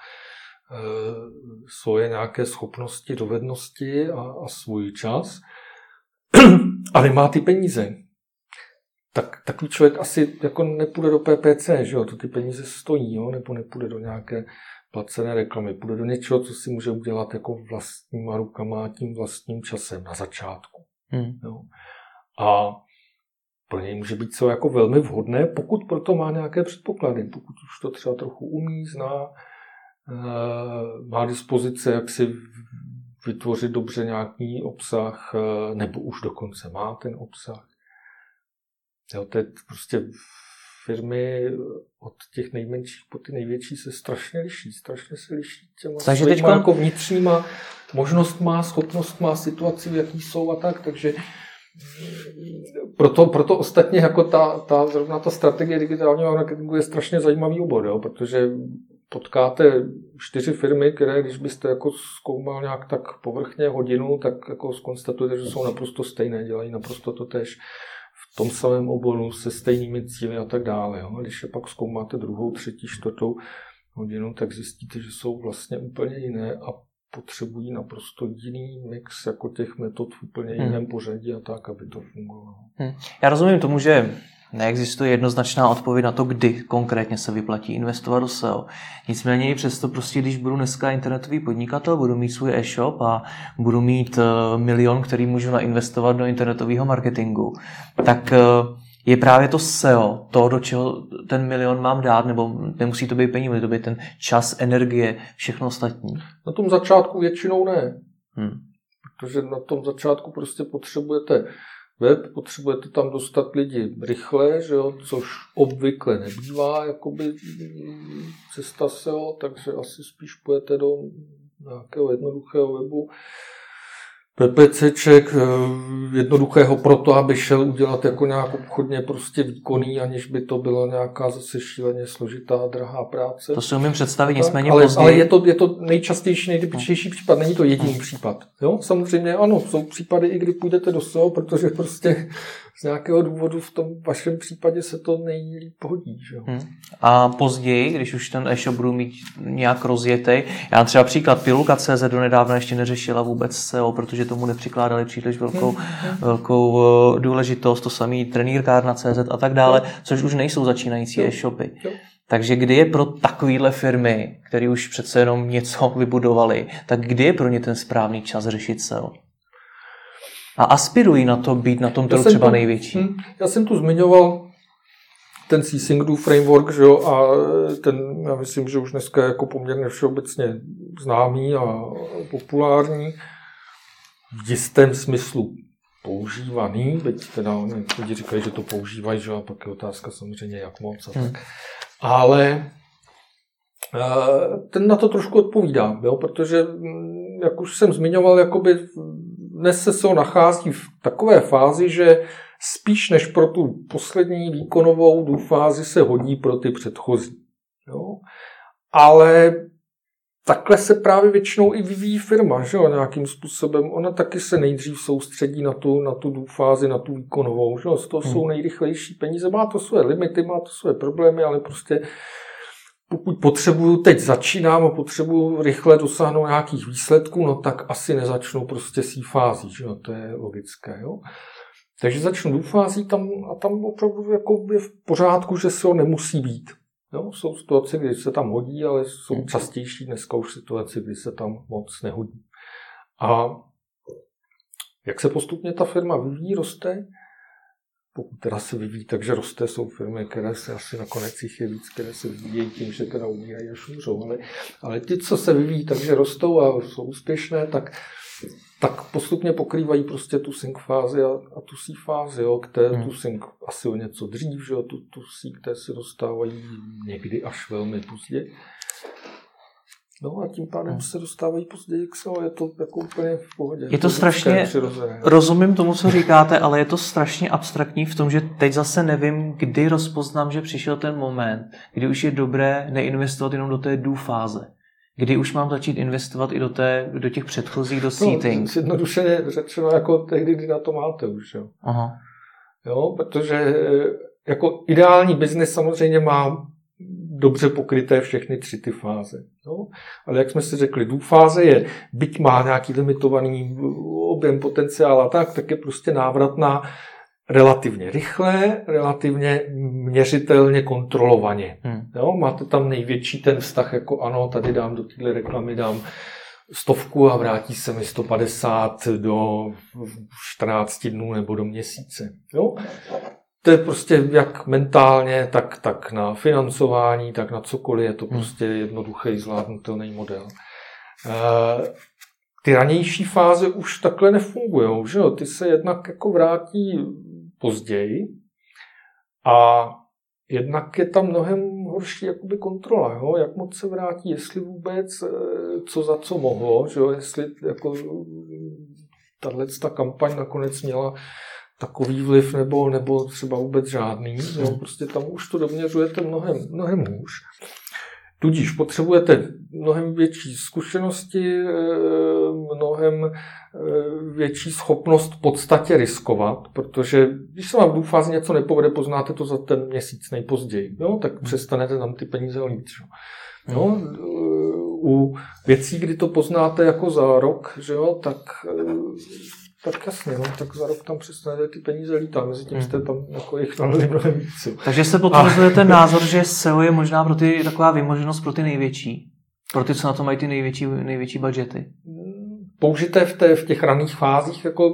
svoje nějaké schopnosti, dovednosti a svůj čas, ale má ty peníze. Tak takový člověk asi jako nepůjde do PPC, že jo, to ty peníze stojí, jo, nebo nepůjde do nějaké placené reklamy, půjde do něčeho, co si může udělat jako vlastníma rukama a tím vlastním časem na začátku. Jo. A pro něj může být co jako velmi vhodné, pokud proto má nějaké předpoklady, pokud už to třeba trochu umí, zná, má dispozice, jak si vytvořit dobře nějaký obsah, nebo už dokonce má ten obsah. Jo, to je prostě firmy od těch nejmenších po ty největší se strašně se liší těma svýma jako vnitřníma možnostma, schopnostma, situací, jaký jsou a tak, takže proto ostatně jako zrovna ta strategie digitálního marketingu je strašně zajímavý obor, jo, protože potkáte 4 firmy, které, když byste jako zkoumal nějak tak povrchně hodinu, tak jako zkonstatujete, že jsou naprosto stejné, dělají naprosto totéž v tom samém oboru se stejnými cíli a tak dále. Jo. Když je pak zkoumáte 2., 3., 4. hodinu, tak zjistíte, že jsou vlastně úplně jiné a potřebují naprosto jiný mix jako těch metod v úplně jiném pořadí a tak, aby to fungovalo. Já rozumím tomu, že neexistuje jednoznačná odpověď na to, kdy konkrétně se vyplatí investovat do SEO. Nicméně i přesto prostě, když budu dneska internetový podnikatel, budu mít svůj e-shop a budu mít 1 milion, který můžu nainvestovat do internetového marketingu, tak je právě to SEO, to, do čeho ten 1 milion mám dát, nebo nemusí to být peníze, může to být ten čas, energie, všechno ostatní. Na tom začátku většinou ne. Protože na tom začátku prostě potřebujete web, potřebujete tam dostat lidi rychle, že jo, což obvykle nebývá jakoby cesta SEO, takže asi spíš půjdete do nějakého jednoduchého webu, PPCček, jednoduchého proto, aby šel udělat jako nějak obchodně prostě výkonný, aniž by to byla nějaká zase šíleně složitá, drahá práce. To si umím představit, nicméně ale je to nejčastější, nejtypičnější případ, není to jediný případ. Jo? Samozřejmě ano, jsou případy, i kdy půjdete do SEO, protože prostě z nějakého důvodu v tom vašem případě se to nejlíp hodí. Že? A později, když už ten e-shop budu mít nějak rozjetej, já třeba příklad Pilulka.cz donedávna ještě neřešila vůbec SEO, protože tomu nepřikládali příliš velkou důležitost, to samý trenýrkárna.cz a tak dále, což už nejsou začínající e-shopy. Takže kdy je pro takovéhle firmy, které už přece jenom něco vybudovali, tak kdy je pro ně ten správný čas řešit SEO? A aspirují na to být na tom trhu třeba největší. Já jsem tu zmiňoval ten Seasingdu framework, že jo, a ten, já myslím, že už dneska je jako poměrně všeobecně známý a populární, v jistém smyslu používaný, byť teda lidi říkají, že to používají, že a pak je otázka samozřejmě jak moc a tak. Ale ten na to trošku odpovídá, jo, protože, jak už jsem zmiňoval, jakoby dnes se SEO nachází v takové fázi, že spíš než pro tu poslední výkonovou fázi se hodí pro ty předchozí. Jo. Ale takhle se právě většinou i vyvíjí firma, že jo, nějakým způsobem. Ona taky se nejdřív soustředí na tu fázi, na tu výkonovou. Že jo. Z toho jsou nejrychlejší peníze. Má to své limity, má to své problémy, ale prostě pokud začínám a potřebuju rychle dosáhnout nějakých výsledků, no tak asi nezačnu prostě s fází, že jo, to je logické, jo. Takže začnu důfází a tam opravdu jako je v pořádku, že SEO nemusí být. Jo? Jsou situace, kdy se tam hodí, ale jsou častější dneska už situace, kdy se tam moc nehodí. A jak se postupně ta firma vyvíjí, roste, pokud teda se vyvíjí, takže roste, jsou firmy, které se asi nakonec jich je víc, které se vyvíjejí tím, že teda umírají a šumřou, ale ty, co se vyvíjí, takže rostou a jsou úspěšné, tak postupně pokrývají prostě tu sync fázi a tu C fázi, jo, tu sync asi o něco dřív, že jo, tu C, které se dostávají někdy až velmi pozdě. No a tím pádem se dostávají později k SEO, je to jako úplně v pohodě. Je to strašně, rozumím tomu, co říkáte, ale je to strašně abstraktní v tom, že teď zase nevím, kdy rozpoznám, že přišel ten moment, kdy už je dobré neinvestovat jenom do té fáze. Kdy už mám začít investovat i do těch předchozích, do seating. Jednoduše řečeno jako tehdy, kdy na to máte už. Jo. Aha. Jo, protože jako ideální biznes samozřejmě má dobře pokryté všechny 3 ty fáze. Jo? Ale jak jsme si řekli, fáze je, byť má nějaký limitovaný objem potenciál a tak je prostě návratná relativně rychle, relativně měřitelně kontrolovaně. Jo? Máte tam největší ten vztah, jako ano, tady dám do téhle reklamy, dám 100 a vrátí se mi 150 do 14 dnů nebo do měsíce. Jo? To je prostě jak mentálně, tak na financování, tak na cokoliv, je to prostě jednoduchý, zvládnutelný model. Ty ranější fáze už takhle nefungujou, že jo? Ty se jednak jako vrátí později a jednak je tam mnohem horší jakoby kontrola, jo? Jak moc se vrátí, jestli vůbec, co za co mohlo, že jo? Jestli jako tato kampaň nakonec měla takový vliv nebo třeba vůbec žádný. Jo? Prostě tam už to doměřujete mnohem hůř. Tudíž potřebujete mnohem větší zkušenosti, mnohem větší schopnost v podstatě riskovat, protože když se vám v fázi něco nepovede, poznáte to za ten měsíc nejpozději, jo? Tak přestanete tam ty peníze lít. Jo? U věcí, kdy to poznáte jako za rok, že jo? Tak jasně, no, tak za rok tam přestanete ty peníze lítat, mezi tím jste tam jako jich nalili mnohem víc. Takže se potvrzuje ten názor, že SEO je možná pro ty taková vymoženost pro ty největší, pro ty, co na to mají ty největší budžety. Použité v těch raných fázích jako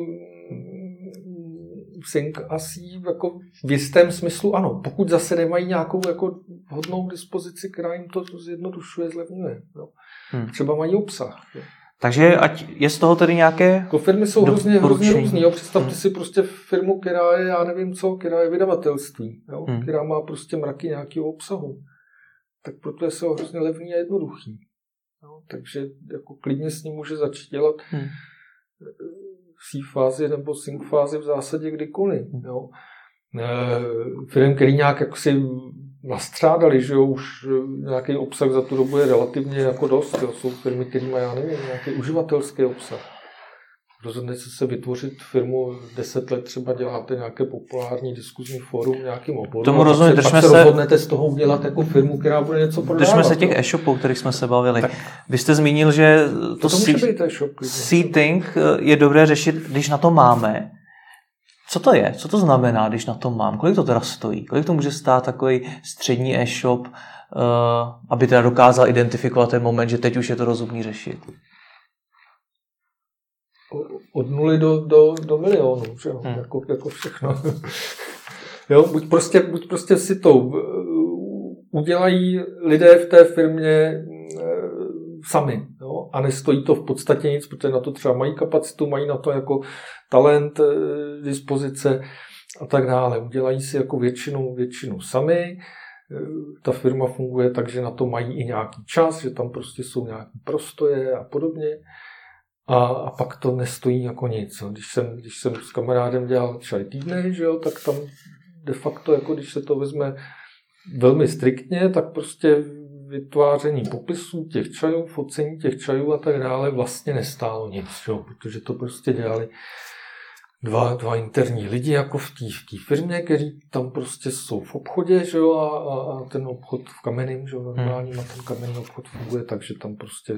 sync asi jako v jistém smyslu ano, pokud zase nemají nějakou jako vhodnou dispozici, která jim to zjednodušuje, zlevňuje. Jo. Třeba mají obsah. Jo. Takže ať je z toho tedy nějaké jako firmy jsou hrozně různý. Jo. Představte si prostě firmu, která je, já nevím co, která je vydavatelství, jo, která má prostě mraky nějakého obsahu. Tak proto je se hrozně levný a jednoduchý. Jo. Takže jako klidně s ním může začít dělat v C fázi nebo sync fázi v zásadě kdykoliv. Jo. Firmy, který nějak jako si nastřádali, že jo, už nějaký obsah za tu dobu je relativně jako dost. Jo. Jsou firmy, které mají, já nevím, nějaký uživatelský obsah. Rozhodnete se vytvořit firmu 10 let, třeba děláte nějaké populární diskuzní fórum v nějakým oboru. Tomu rozumím, pak se rozhodnete z toho udělat jako firmu, která bude něco prodávat. Držme se těch e-shopů, o kterých jsme se bavili. Tak, vy jste zmínil, že to seeding je dobré řešit, když na to máme. Co to je? Co to znamená, když na to mám? Kolik to teda stojí? Kolik to může stát takový střední e-shop, aby teda dokázal identifikovat ten moment, že teď už je to rozumný řešit? Od 0 do milionu, že jo? Jako všechno. Jo, buď prostě si to udělají lidé v té firmě sami, jo? A nestojí to v podstatě nic, protože na to třeba mají kapacitu, mají na to jako talent, dispozice a tak dále. Udělají si jako většinu sami. Ta firma funguje tak, že na to mají i nějaký čas, že tam prostě jsou nějaký prostoje a podobně. A pak to nestojí jako nic. Když jsem s kamarádem dělal čaj týdny, že jo, tak tam de facto, jako když se to vezme velmi striktně, tak prostě vytváření popisů těch čajů, focení těch čajů a tak dále vlastně nestálo nic, jo, protože to prostě dělali dva interní lidi jako v té firmě, kteří tam prostě jsou v obchodě, že jo, a ten obchod v kamenným, že jo, normálním, a ten kamenný obchod funguje, takže tam prostě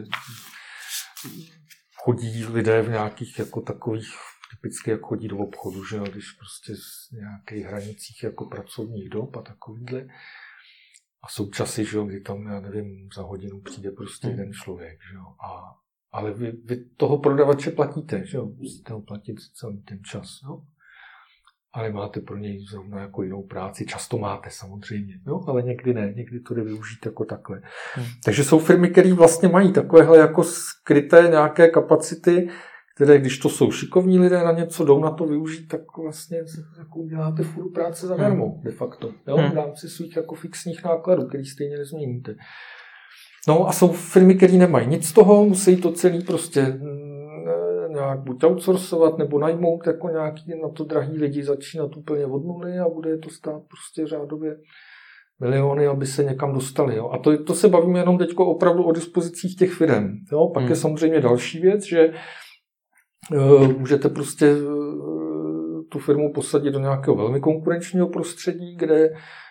chodí lidé v nějakých jako takových, typicky jak chodí do obchodu, že jo, když prostě v nějakých hranicích jako pracovních dob a takovýhle. A jsou časy, že jo, kdy tam, já nevím, za hodinu přijde prostě jeden člověk, že jo. Ale vy toho prodavače platíte, že jo, musíte ho platit celý ten čas, jo. Ale máte pro něj zrovna jako jinou práci. Často máte samozřejmě, jo? Ale někdy ne, někdy to jde využít jako takhle. Takže jsou firmy, které vlastně mají takovéhle jako skryté nějaké kapacity, které, když to jsou šikovní lidé na něco, jdou na to využít, tak vlastně jako uděláte furt práce zadarmo, de facto. Jo? V rámci svých jako fixních nákladů, který stejně nezměníte. No a jsou firmy, které nemají nic z toho, musí to celý prostě nějak buď outsourcovat, nebo najmout jako nějaký na to drahý lidi, začínat úplně od nuly a bude to stát prostě řádově miliony, aby se někam dostali. Jo. A to se bavíme jenom teď opravdu o dispozicích těch firem. Jo. Pak je samozřejmě další věc, že můžete prostě tu firmu posadit do nějakého velmi konkurenčního prostředí, kde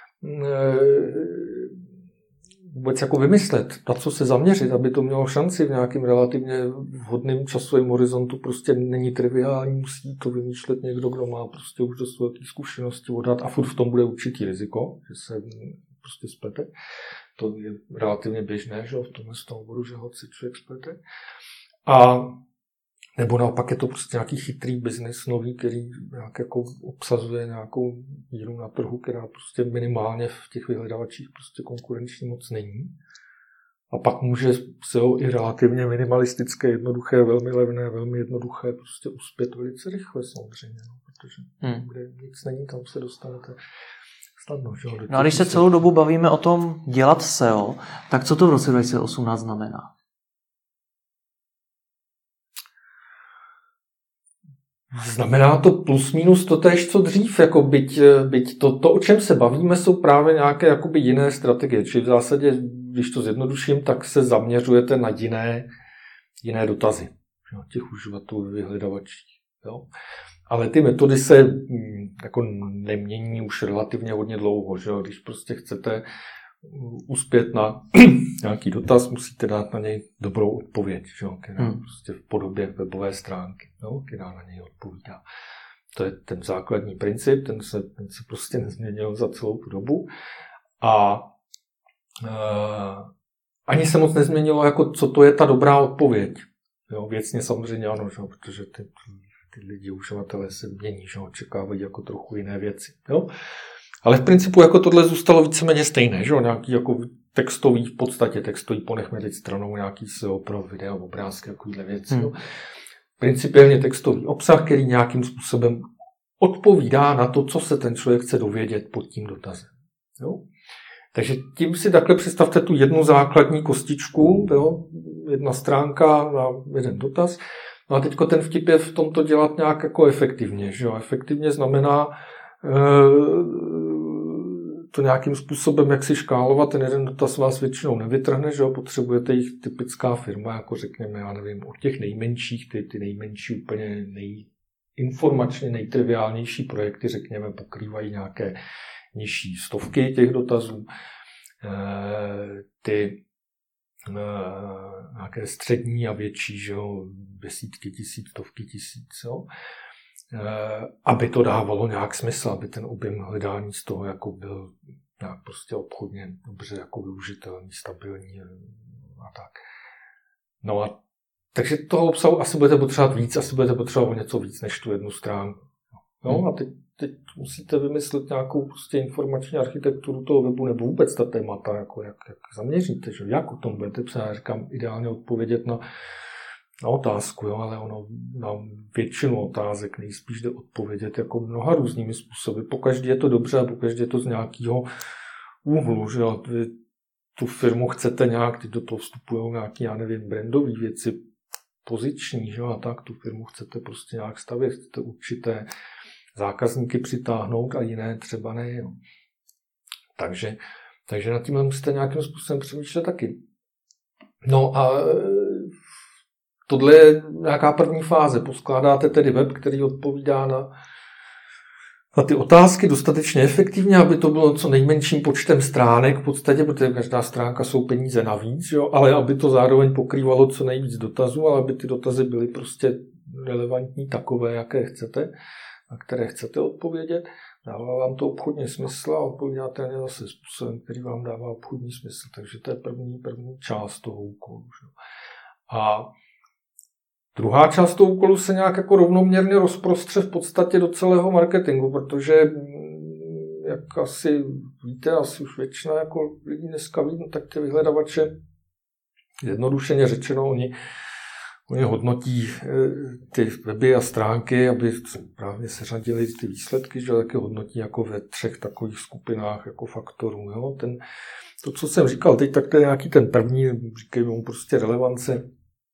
vůbec jako vymyslet, na co se zaměřit, aby to mělo šanci v nějakém relativně vhodném časovém horizontu, prostě není triviální, musí to vymýšlet někdo, kdo má prostě už dost velké zkušenosti odhad a furt v tom bude určitý riziko, že se prostě splete. To je relativně běžné, že v tomhle oboru, že ho se člověk splete. A nebo naopak je to prostě nějaký chytrý biznis nový, který nějak jako obsazuje nějakou díru na trhu, která prostě minimálně v těch vyhledavačích prostě konkurenční moc není. A pak může se ho i relativně minimalistické, jednoduché, velmi levné, velmi jednoduché prostě uspět velice rychle samozřejmě, no, protože kde nic není, tam se dostanete snadno. Že? No a když se celou dobu bavíme o tom dělat SEO, tak co to v roce 2018 znamená? Znamená to plus minus totéž, co dřív, jako byť to, o čem se bavíme, jsou právě nějaké jakoby jiné strategie. Čili v zásadě, když to zjednoduším, tak se zaměřujete na jiné dotazy, jo, těch uživatelů vyhledavačích. Jo. Ale ty metody se jako nemění už relativně hodně dlouho. Že jo. Když prostě chcete uspět na nějaký dotaz, musíte dát na něj dobrou odpověď, že? Která prostě v podobě webové stránky, jo? Která na něj odpovídá. To je ten základní princip, ten se prostě nezměnil za celou tu dobu. A ani se moc nezměnilo, jako co to je ta dobrá odpověď. Jo? Věcně samozřejmě ano, že? Protože ty lidi, uživatelé se mění, že? Očekávají jako trochu jiné věci. Jo? Ale v principu jako tohle zůstalo víceméně stejné, že? Nějaký jako textový, v podstatě textový, ponechme teď stranou nějaký SEO pro video, obrázky, takovýhle věci. Principiálně textový obsah, který nějakým způsobem odpovídá na to, co se ten člověk chce dovědět pod tím dotazem. Jo? Takže tím si takhle představte tu jednu základní kostičku, jo? Jedna stránka na jeden dotaz. No a teďko ten vtip je v tomto dělat nějak jako efektivně. Že jo? Efektivně znamená to nějakým způsobem, jak si škálovat, ten jeden dotaz vás většinou nevytrhne, že jo? Potřebujete jich typická firma, jako řekněme, já nevím, od těch nejmenších, ty nejmenší úplně informačně nejtriviálnější projekty, řekněme, pokrývají nějaké nižší stovky těch dotazů, ty nějaké střední a větší, že jo, desítky tisíc, stovky tisíc, jo. Aby to dávalo nějak smysl, aby ten objem hledání z toho jako byl nějak prostě obchodně dobře jako využitelný, stabilní a tak. No a takže toho obsahu asi budete potřebovat víc, asi budete potřebovat něco víc než tu jednu stránku. No a teď musíte vymyslet nějakou prostě informační architekturu toho webu nebo vůbec ta témata, jako jak zaměříte, že jak o tom budete psát. Já říkám ideálně odpovědět na otázku, jo, ale ono na většinu otázek nejspíš jde odpovědět jako mnoha různými způsoby. Pokaždé je to dobře a pokaždé je to z nějakého úhlu, že vy tu firmu chcete nějak, teď do toho vstupují nějaké, já nevím, brandové věci, poziční, že a tak tu firmu chcete prostě nějak stavět, chcete určité zákazníky přitáhnout a jiné třeba ne. Jo. Takže nad tím musíte nějakým způsobem přemýšlet taky. No a tohle je nějaká první fáze. Poskládáte tedy web, který odpovídá na ty otázky dostatečně efektivně, aby to bylo co nejmenším počtem stránek v podstatě, protože každá stránka jsou peníze navíc, jo, ale aby to zároveň pokrývalo co nejvíc dotazů, ale aby ty dotazy byly prostě relevantní takové, jaké chcete, na které chcete odpovědět. Dává vám to obchodně smysl a odpovídáte na ně zase způsobem, který vám dává obchodní smysl. Takže to je první část toho úkolu. Že? A druhá část toho úkolu se nějak jako rovnoměrně rozprostře v podstatě do celého marketingu, protože, jak asi víte, asi už většina jako lidí dneska ví, no, tak ty vyhledavače, jednodušeně řečeno, oni hodnotí ty weby a stránky, aby právě seřadili ty výsledky, že taky hodnotí jako ve 3 takových skupinách jako faktorů. Jo? To, co jsem říkal teď, tak to je nějaký ten první, říkají mu prostě relevance,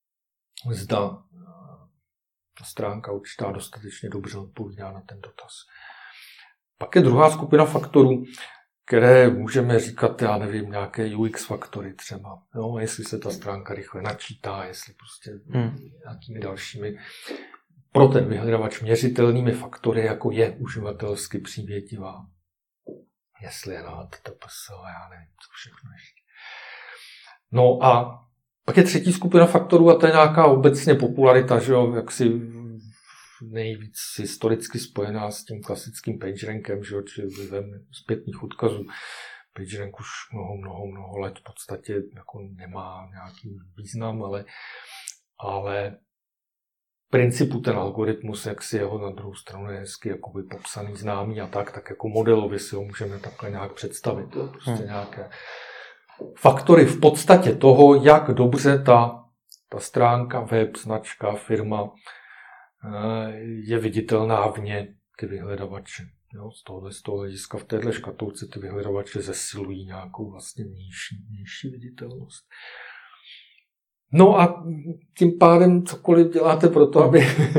zda ta stránka určitá dostatečně dobře odpovídá na ten dotaz. Pak je druhá skupina faktorů, které můžeme říkat, já nevím, nějaké UX faktory třeba. Jo? Jestli se ta stránka rychle načítá, jestli prostě nějakými dalšími pro ten vyhledávač měřitelnými faktory, jako je uživatelsky přívětivá. Jestli je na TTPS, já nevím, co všechno ještě. No a pak je třetí skupina faktorů a to je nějaká obecně popularita, že jo, jaksi nejvíc historicky spojená s tím klasickým PageRankem, že jo, či vlivem zpětných odkazů. PageRank už mnoho let v podstatě jako nemá nějaký význam, ale v principu ten algoritmus, jak si jeho na druhou stranu je hezky jakoby popsaný, známý a tak jako modelově si ho můžeme takhle nějak představit. Jo, prostě nějaké faktory v podstatě toho, jak dobře ta stránka, web, značka, firma je viditelná vně ty vyhledavače. Jo, z toho hlediska v téhle škatulce ty vyhledavače zesilují nějakou vlastně vnější viditelnost. No a tím pádem cokoliv děláte pro to,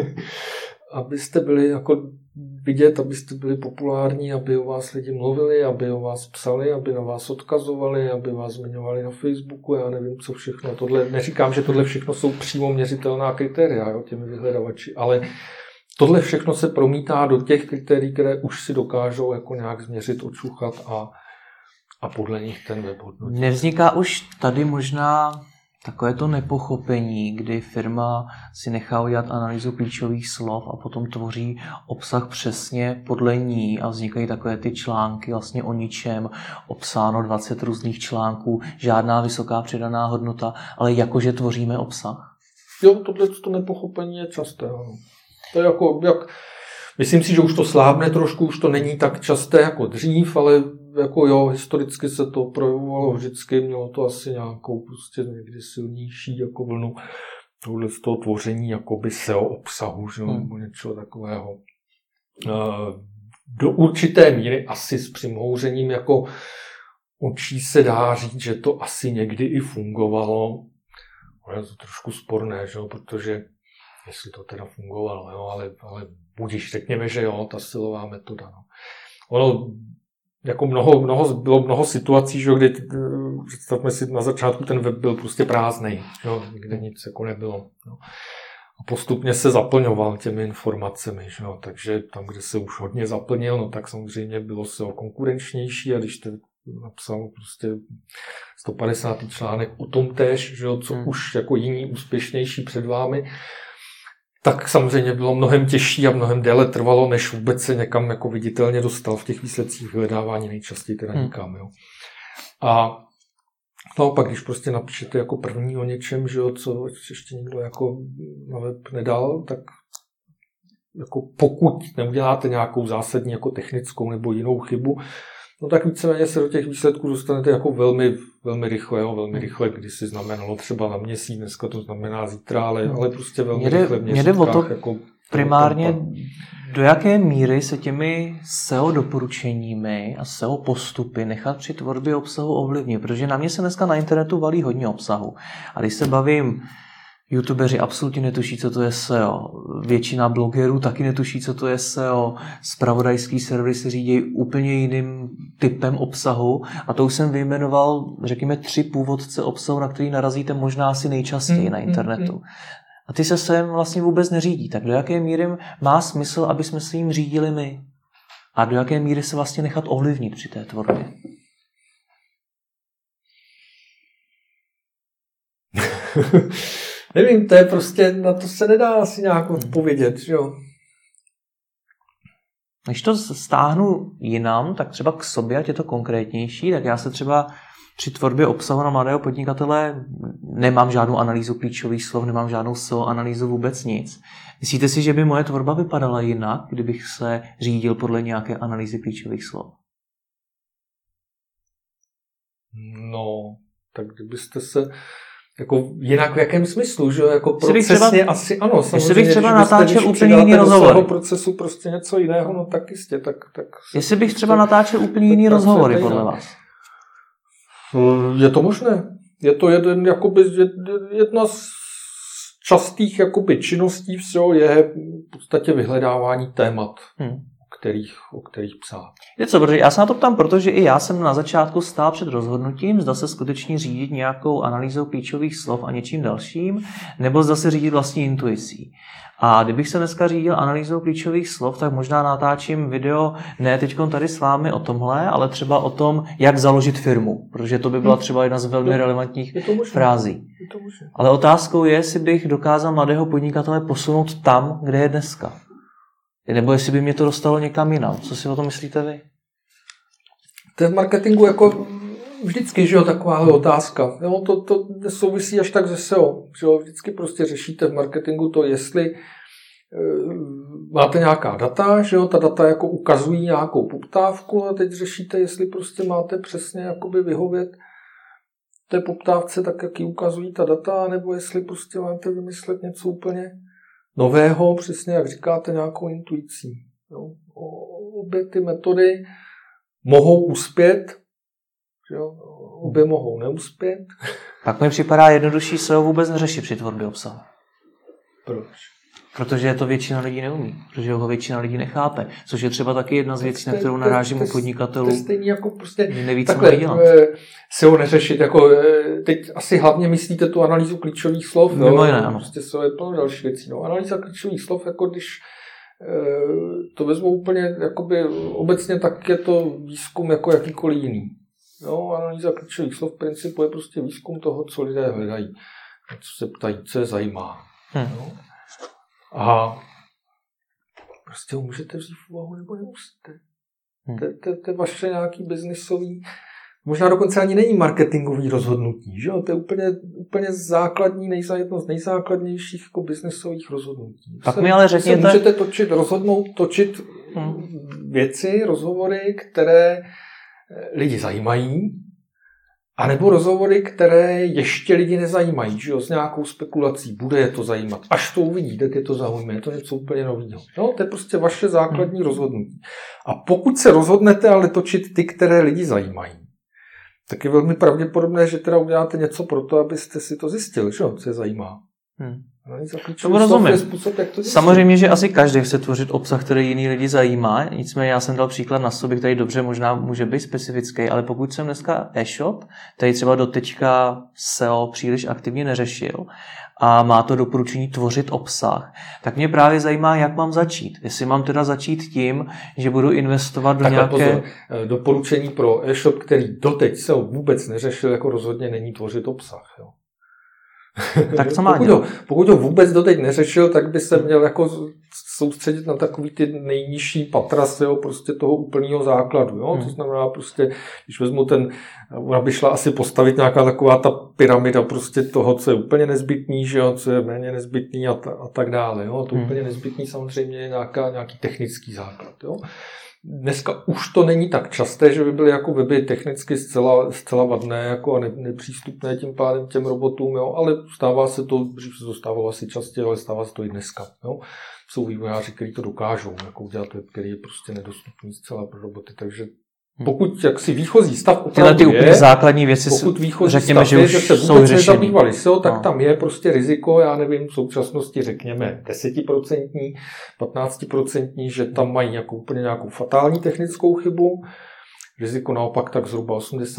abyste byli jako vidět, abyste byli populární, aby o vás lidi mluvili, aby o vás psali, aby na vás odkazovali, aby vás zmiňovali na Facebooku, já nevím, co všechno. Tohle, neříkám, že tohle všechno jsou přímo měřitelná kritéria, jo, těmi vyhledavači, ale tohle všechno se promítá do těch kritérií, které už si dokážou jako nějak změřit, očuchat a podle nich ten web hodnotit. Nevzniká už tady možná takové to nepochopení, kdy firma si nechá udělat analýzu klíčových slov a potom tvoří obsah přesně podle ní a vznikají takové ty články vlastně o ničem, obsáno 20 různých článků, žádná vysoká přidaná hodnota, ale jakože tvoříme obsah? Jo, to nepochopení je časté. Ano. To je jako, myslím si, že už to slábne trošku, už to není tak časté jako dřív, ale jako jo, historicky se to projevovalo vždycky, mělo to asi nějakou prostě někdy silnější jako vlnu tohle z toho tvoření jakoby SEO obsahu, že, nebo něčeho takového. Do určité míry asi s přimhouřením jako očí se dá říct, že to asi někdy i fungovalo. Ale je to trošku sporné, že? Protože jestli to teda fungovalo, jo, ale budíš, řekněme, že jo, ta silová metoda. No. Ono jako bylo mnoho situací, že, kdy představme si, na začátku ten web byl prostě prázdnej, kde nic jako nebylo. Jo. A postupně se zaplňoval těmi informacemi, že? Takže tam, kde se už hodně zaplnil, no tak samozřejmě bylo SEO konkurenčnější a když to napsal prostě 150. článek o tom též, že? Co už jako jiní úspěšnější před vámi, tak samozřejmě bylo mnohem těžší a mnohem déle trvalo, než vůbec se někam jako viditelně dostal v těch výsledcích vyhledávání, nejčastěji teda nikam. Jo. A naopak, když prostě napíšete jako první o něčem, že jo, co ještě nikdo jako na web nedal, tak jako pokud neuděláte nějakou zásadní jako technickou nebo jinou chybu, no tak víceméně se do těch výsledků dostanete jako velmi, velmi rychle, jo, velmi rychle, když si znamenalo třeba na měsíc, dneska to znamená zítra, ale prostě velmi rychle v měsíckách. Jako primárně do jaké míry se těmi SEO doporučeními a SEO postupy nechat při tvorbě obsahu ovlivnit, protože na mě se dneska na internetu valí hodně obsahu. A když se bavím, YouTubeři absolutně netuší, co to je SEO. Většina blogerů taky netuší, co to je SEO. Zpravodajský servery se řídí úplně jiným typem obsahu. A to už jsem vyjmenoval, řekněme, 3 původce obsahu, na který narazíte možná asi nejčastěji na internetu. A ty se SEOem vlastně vůbec neřídí. Tak do jaké míry má smysl, aby jsme se jim řídili my? A do jaké míry se vlastně nechat ovlivnit při té tvorbě? Nevím, to je prostě, na to se nedá asi nějak odpovědět, že jo. Když to stáhnu jinam, tak třeba k sobě, ať je to konkrétnější, tak já se třeba při tvorbě obsahu na mladého podnikatele nemám žádnou analýzu klíčových slov, nemám žádnou SEO analýzu, vůbec nic. Myslíte si, že by moje tvorba vypadala jinak, kdybych se řídil podle nějaké analýzy klíčových slov? No, tak kdybyste se jako jinak v jakém smyslu, že jako procesně asi ano, samozřejmě. Jestli bych třeba natáčel úplně jiný rozhovory. Procesu prostě něco jiného, no tak jistě, tak jestli bych třeba natáčel úplně jiný rozhovory podle vás? Je to možné. Je to jedna z častých jakoby činností v SEO je v podstatě vyhledávání témat. O kterých psát. Je co, protože já se na to ptám, protože i já jsem na začátku stál před rozhodnutím, zda se skutečně řídit nějakou analýzou klíčových slov a něčím dalším, nebo zda se řídit vlastní intuicí. A kdybych se dneska řídil analýzou klíčových slov, tak možná natáčím video ne teďkon tady s vámi o tomhle, ale třeba o tom, jak založit firmu, protože to by byla třeba jedna z velmi relevantních frází. Ale otázkou je, jestli bych dokázal mladého podnikatele posunout tam, kde je dneska. Nebo jestli by mě to dostalo někam jinam. Co si o tom myslíte vy? To je v marketingu jako vždycky, že jo, takováhle otázka. Jo, to nesouvisí až tak se SEO. Že jo, vždycky prostě řešíte v marketingu to, jestli máte nějaká data, že jo, ta data jako ukazují nějakou poptávku a teď řešíte, jestli prostě máte přesně jakoby vyhovět té poptávce tak, jak ji ukazují ta data, nebo jestli prostě máte vymyslet něco úplně nového, přesně jak říkáte, nějakou intuicí. Jo. Obě ty metody mohou uspět, jo. Obě mohou neuspět. Pak mi připadá jednodušší SEO vůbec neřešit při tvorbě obsahu. Proč? Protože to většina lidí neumí, protože ho většina lidí nechápe, což je třeba taky jedna z věcí, na kterou narážím u podnikatelů. To je stejný jako prostě neví, co mají dělat. SEO neřešit, jako teď asi hlavně myslíte tu analýzu klíčových slov. Mimo jiné, ano. Prostě SEO je plno další věcí. No, analýza klíčových slov, jako když to vezmu úplně jakoby obecně, tak je to výzkum jako jakýkoliv jiný. Jo, analýza klíčových slov v principu je prostě výzkum toho, co lidé hledají, co se ptají, co je zajímá. Jo. A prostě ho můžete vzít v úvahu nebo nemusíte. To je vaše nějaký biznisový, možná dokonce ani není marketingový rozhodnutí, že jo? To je úplně základní, jedno z nejzákladnějších jako biznisových rozhodnutí. Pak mi ale řekněte... Můžete točit věci, rozhovory, které lidi zajímají, anebo rozhovory, které ještě lidi nezajímají, že jo, s nějakou spekulací, bude je to zajímat. Až to uvidí, tak je to zaujme, je to něco úplně nového. No, to je prostě vaše základní rozhodnutí. A pokud se rozhodnete ale točit ty, které lidi zajímají, tak je velmi pravděpodobné, že teda uděláte něco pro to, abyste si to zjistili, že jo, co je zajímá. To rozumím. Samozřejmě, že asi každý chce tvořit obsah, který jiný lidi zajímá. Nicméně já jsem dal příklad na sobě, který dobře možná může být specifický, ale pokud jsem dneska e-shop, který třeba doteďka SEO příliš aktivně neřešil a má to doporučení tvořit obsah, tak mě právě zajímá, jak mám začít. Jestli mám teda začít tím, že budu investovat do nějaké... Pozor, doporučení pro e-shop, který doteď SEO vůbec neřešil, jako rozhodně není tvořit obsah. Jo. Tak co má dělat? Pokud ho vůbec doteď neřešil, tak by se měl jako soustředit na takový ty nejnižší patra prostě toho úplného základu. Jo? To znamená prostě, když vezmu ona by šla asi postavit nějaká taková ta pyramida prostě toho, co je úplně nezbytný, že jo? Co je méně nezbytný a tak dále. Jo? To úplně nezbytný samozřejmě je nějaký technický základ. Jo? Dneska už to není tak časté, že by byly jako weby technicky zcela vadné jako a nepřístupné tím pádem těm robotům, jo? Ale stává se to, dřív se to stávalo asi častěji, ale stává se to i dneska. Jo? Jsou vývojáři, kteří to dokážou jako udělat web, který je prostě nedostupný zcela pro roboty, takže pokud jaksi výchozí stav opravdu ty úplně základní věci, pokud výchozí stav je, že se vůbec nezabývali SEO, tak tam je prostě riziko, já nevím, v současnosti řekněme 10%, 15%, že tam mají úplně nějakou fatální technickou chybu. Riziko naopak tak zhruba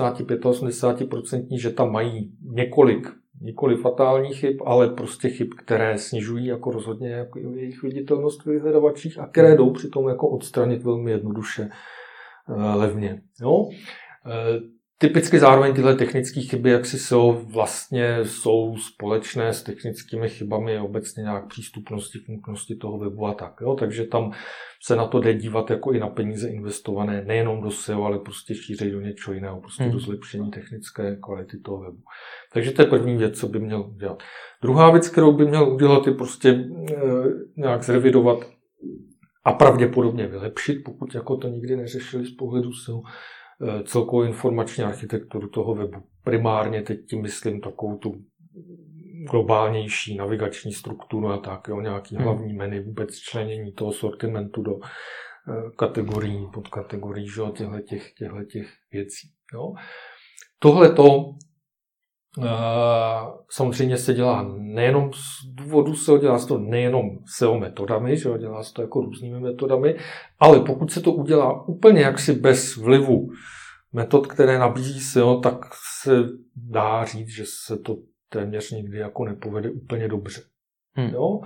85-80%, že tam mají několik fatálních chyb, ale prostě chyb, které snižují jako rozhodně jako jejich viditelnost v vyhledavačích a které jdou přitom jako odstranit velmi jednoduše levně. Jo? Typicky zároveň tyhle technické chyby, jak si vlastně jsou společné s technickými chybami obecně nějak přístupnosti, funkčnosti toho webu a tak. Jo? Takže tam se na to jde dívat jako i na peníze investované nejenom do SEO, ale prostě šířej do něčeho jiného, prostě do zlepšení technické kvality toho webu. Takže to je první věc, co by měl udělat. Druhá věc, kterou by měl udělat, je prostě nějak zrevidovat a pravděpodobně vylepšit, pokud jako to nikdy neřešili z pohledu SEO, celkovou informační architekturu toho webu. Primárně teď tím myslím takovou tu globálnější navigační strukturu a tak, jo, nějaký hlavní menu, vůbec členění toho sortimentu do kategorií, podkategorií, že, těchto věcí. Jo. Tohleto samozřejmě se dělá nejenom z důvodu SEO, dělá se to nejenom SEO metodami, že dělá se to jako různými metodami, ale pokud se to udělá úplně jaksi bez vlivu metod, které nabízí SEO, tak se dá říct, že se to téměř nikdy jako nepovede úplně dobře. Jo?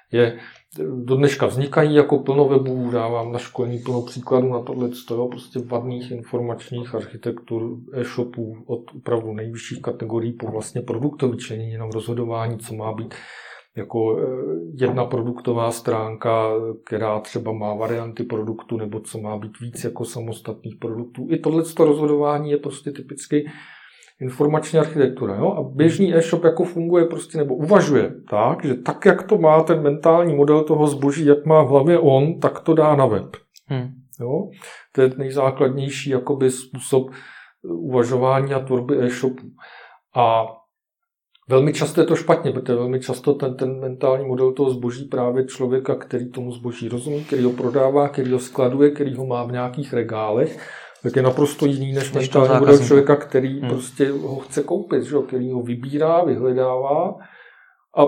Do dneška vznikají jako plno webů, dávám na školení plno příkladů na tohle, prostě vadných informačních architektur e-shopů od opravdu nejvyšších kategorií po vlastně produktový členění, jenom rozhodování, co má být jako jedna produktová stránka, která třeba má varianty produktu, nebo co má být víc jako samostatných produktů. I tohle rozhodování je prostě typicky informační architektura. Jo? A běžný e-shop jako funguje prostě, nebo uvažuje tak, že tak, jak to má ten mentální model toho zboží, jak má v hlavě on, tak to dá na web. Jo? To je nejzákladnější jakoby způsob uvažování a tvorby e-shopů. A velmi často je to špatně, protože velmi často ten mentální model toho zboží právě člověka, který tomu zboží rozumí, který ho prodává, který ho skladuje, který ho má v nějakých regálech, tak je naprosto jiný než mentální model člověka, který prostě ho chce koupit, že? Který ho vybírá, vyhledává a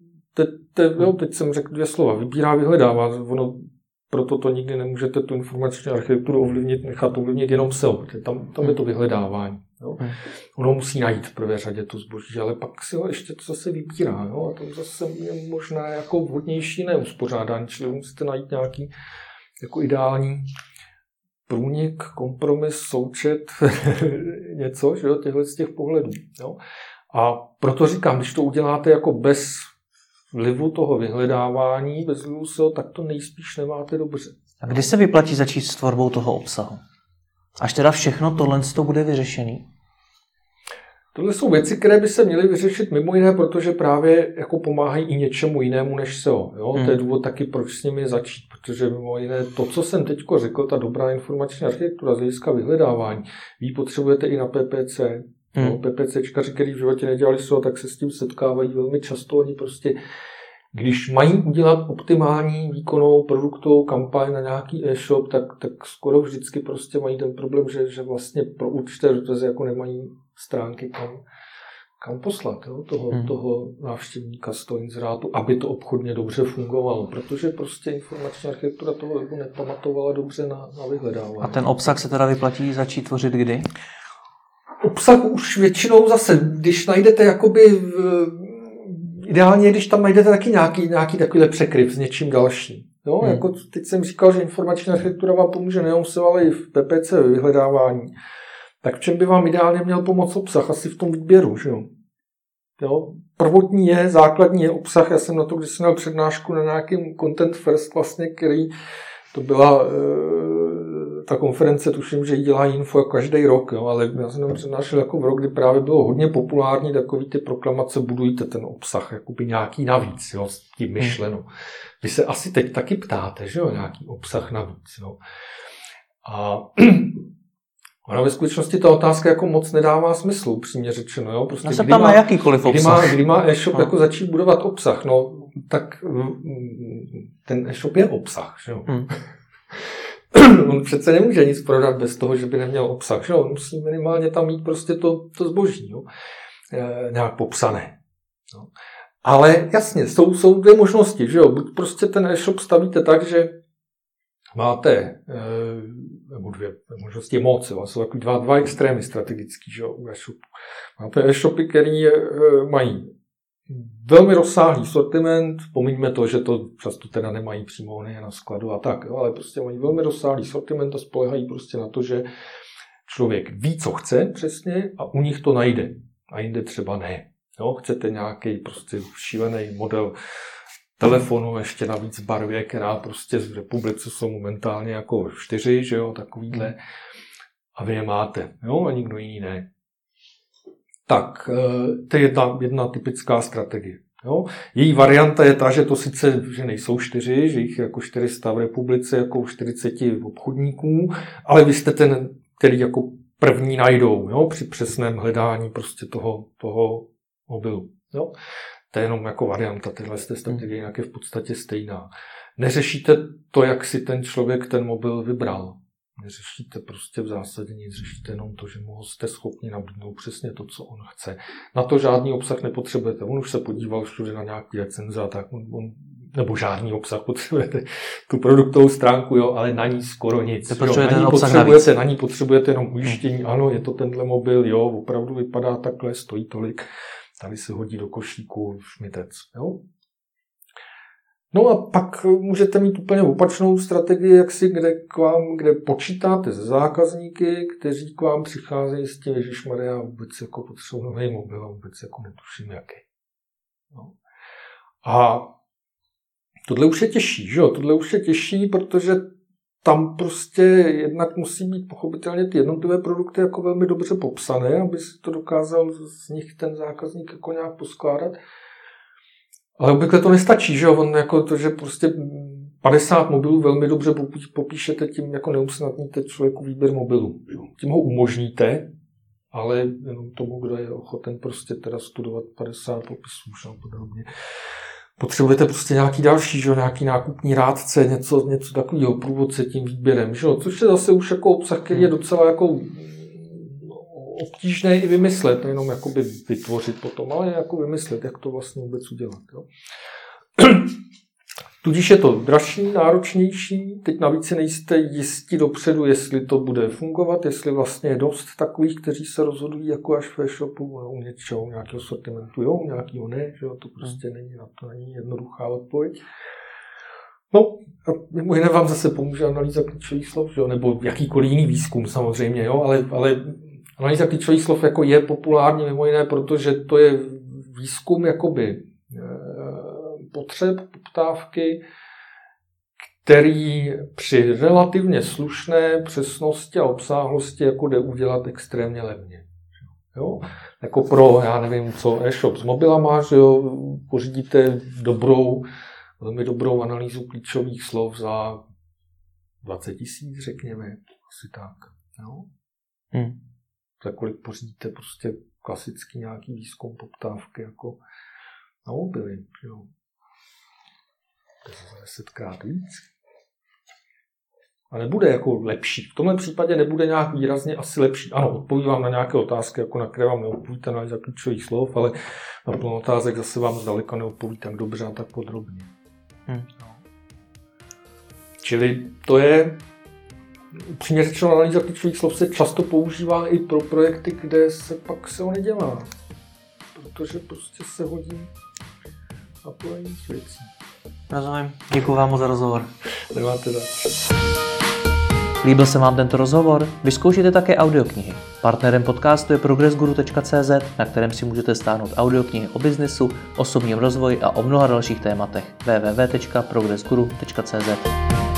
teď jsem řekl 2 slova. Vybírá, vyhledává. Ono, proto to nikdy nemůžete tu informační architekturu nechat ovlivnit jenom SEO, protože tam je to vyhledávání. Jo? Ono musí najít v prvé řadě to zboží, ale pak si ho ještě to zase vybírá. Jo? A to zase je možná jako vhodnější neuspořádání, čili musíte najít nějaký jako ideální průnik, kompromis, součet, něco, že jo, těchto z těch pohledů. Jo? A proto říkám, když to uděláte jako bez vlivu toho vyhledávání, bez vlivu SEO, tak to nejspíš nemáte dobře. A kdy se vyplatí začít s tvorbou toho obsahu? Až teda všechno tohle bude vyřešený? Tohle jsou věci, které by se měly vyřešit mimo jiné, protože právě jako pomáhají i něčemu jinému než SEO. Jo? To je důvod taky, proč s nimi začít, protože mimo jiné to, co jsem teď řekl, ta dobrá informační architektura z hlediska vyhledávání, vy potřebujete i na PPC. No, PPCčkaři, kteří v životě nedělali SEO, tak se s tím setkávají velmi často. Oni prostě, když mají udělat optimální výkonnou produktovou kampaň na nějaký e-shop, tak skoro vždycky prostě mají ten problém, že vlastně pro určité dotazy jako nemají stránky kam poslat, jo, toho návštěvníka z toho inzerátu, aby to obchodně dobře fungovalo, protože prostě informační architektura toho webu nepamatovala dobře na vyhledávání. A ten obsah se teda vyplatí začít tvořit kdy? Obsah už většinou zase, když najdete jakoby ideálně, když tam najdete taky nějaký takovýhle překryv s něčím dalším. Jo? Jako teď jsem říkal, že informační architektura vám pomůže nejenom SEO, ale i v PPC vyhledávání. Tak v čem by vám ideálně měl pomoct obsah? Asi v tom výběru, že jo? Jo? Prvotní je, základní je obsah. Já jsem na to, když jsem měl přednášku na nějakým Content First, vlastně, který to byla ta konference, tuším, že ji dělá Info každý rok, jo? Ale já jsem tam přednášel jako v rok, kdy právě bylo hodně populární takový ty proklamace, budujte ten obsah, jakoby nějaký navíc, jo? S tím myšleno. Vy se asi teď taky ptáte, že jo? Nějaký obsah navíc, jo? A ona ve skutečnosti ta otázka jako moc nedává smysl, upřímně řečeno. Jo? Prostě, se tam na jakýkoliv obsah. Kdy má e-shop jako začít budovat obsah, no, tak ten e-shop je obsah. Že jo? On přece nemůže nic prodat bez toho, že by neměl obsah. Že jo? On musí minimálně tam mít prostě to zboží, jo? Nějak popsané. Jo? Ale jasně, jsou dvě možnosti. Že jo? Buď prostě ten e-shop stavíte tak, že máte nebo dvě možnosti moc, jo. Jsou takový dva extrémy strategický, že jo, u e-shopu. Máte e-shopy, které mají velmi rozsáhlý sortiment, pomiňme to, že to často teda nemají přímo nejen na skladu a tak, jo, ale prostě mají velmi rozsáhlý sortiment a spolehají prostě na to, že člověk ví, co chce přesně a u nich to najde. A jinde třeba ne. Jo, chcete nějaký prostě šílený model telefonu, ještě navíc barvě, která prostě v republice jsou momentálně jako 4, že jo, takovýhle. A vy je máte, jo, a nikdo jiný ne. Tak, to je jedna typická strategie. Jo. Její varianta je ta, že to sice, že nejsou 4, že jich je jako 400 v republice, jako 40 obchodníků, ale vy jste ten, který jako první najdou, jo, při přesném hledání prostě toho mobilu. Jo. To je jenom jako varianta, tyhle strategie jinak je v podstatě stejná. Neřešíte to, jak si ten člověk ten mobil vybral. Neřešíte prostě v zásadě nic, řešíte jenom to, že mu jste schopni nabídnout přesně to, co on chce. Na to žádný obsah nepotřebujete. On už se podíval všude na nějaký recenze a tak, nebo žádný obsah potřebujete, tu produktovou stránku, jo, ale na ní skoro nic. Na ní potřebujete jenom ujištění, ano, je to tenhle mobil, jo, opravdu vypadá takhle, stojí tolik. Tady se hodí do košíku šmitec. Jo? No a pak můžete mít úplně opačnou strategii, kde počítáte se zákazníky, kteří k vám přicházejí s tím, ježišmarja, vůbec jako potřebuji nový mobil a vůbec jako netuším jaký. No. A tohle už je těžší, že jo? Tohle už je těžší, protože tam prostě jednak musí být pochopitelně ty jednotlivé produkty jako velmi dobře popsané, aby si to dokázal z nich ten zákazník jako nějak poskládat. Ale obvykle to nestačí, že jo? On jako to, že prostě 50 mobilů velmi dobře popíšete, tím jako neusnadníte člověku výběr mobilu. Tím ho umožníte, ale jenom tomu, kdo je ochoten prostě teda studovat 50 popisů, že podobně. Potřebujete prostě nějaký další, že? Nějaký nákupní rádce, něco takového, průvodce tím výběrem, že? Což je zase už jako obsah, který je docela jako obtížné i vymyslet, nejenom jakoby vytvořit potom, ale jako vymyslet, jak to vlastně vůbec udělat. Jo? Tudíž je to dražší, náročnější, teď navíc si nejste jistí dopředu, jestli to bude fungovat, jestli vlastně je dost takových, kteří se rozhodují jako až v e-shopu, u něčeho, nějakého sortimentu, jo, nějakého ne, že jo, to prostě není jednoduchá odpověď. No a mimo jiné vám zase pomůže analýza klíčových slov, že jo, nebo jakýkoliv jiný výzkum samozřejmě, jo, ale analýza klíčových slov jako je populární mimo jiné, protože to je výzkum jakoby potřeb, poptávky, který při relativně slušné přesnosti a obsáhlosti jako jde udělat extrémně levně. Jo? jako pro, já nevím co, e-shop s mobilama, že jo, pořídíte velmi dobrou analýzu klíčových slov za 20 000, řekněme, asi tak. Jo? Za kolik pořídíte prostě klasický nějaký výzkum poptávky jako na mobily, jo. To je 10krát víc. A nebude jako lepší. V tomhle případě nebude nějak výrazně asi lepší. Ano, odpovím vám na nějaké otázky, jako na které vám neodpoví analýza klíčových slov, ale na plno otázek zase vám zdaleka neodpoví tak dobře a tak podrobně. No. Čili to je, upřímně řečeno, analýza klíčových slov se často používá i pro projekty, kde se pak SEO nedělá. Protože prostě se hodí napojení věcí. Rozumím. Děkuji vám za rozhovor. Nemáte zač. Líbil se vám tento rozhovor? Vyzkoušejte také audioknihy. Partnerem podcastu je progressguru.cz, na kterém si můžete stáhnout audioknihy o biznesu, osobním rozvoji a o mnoha dalších tématech. www.progressguru.cz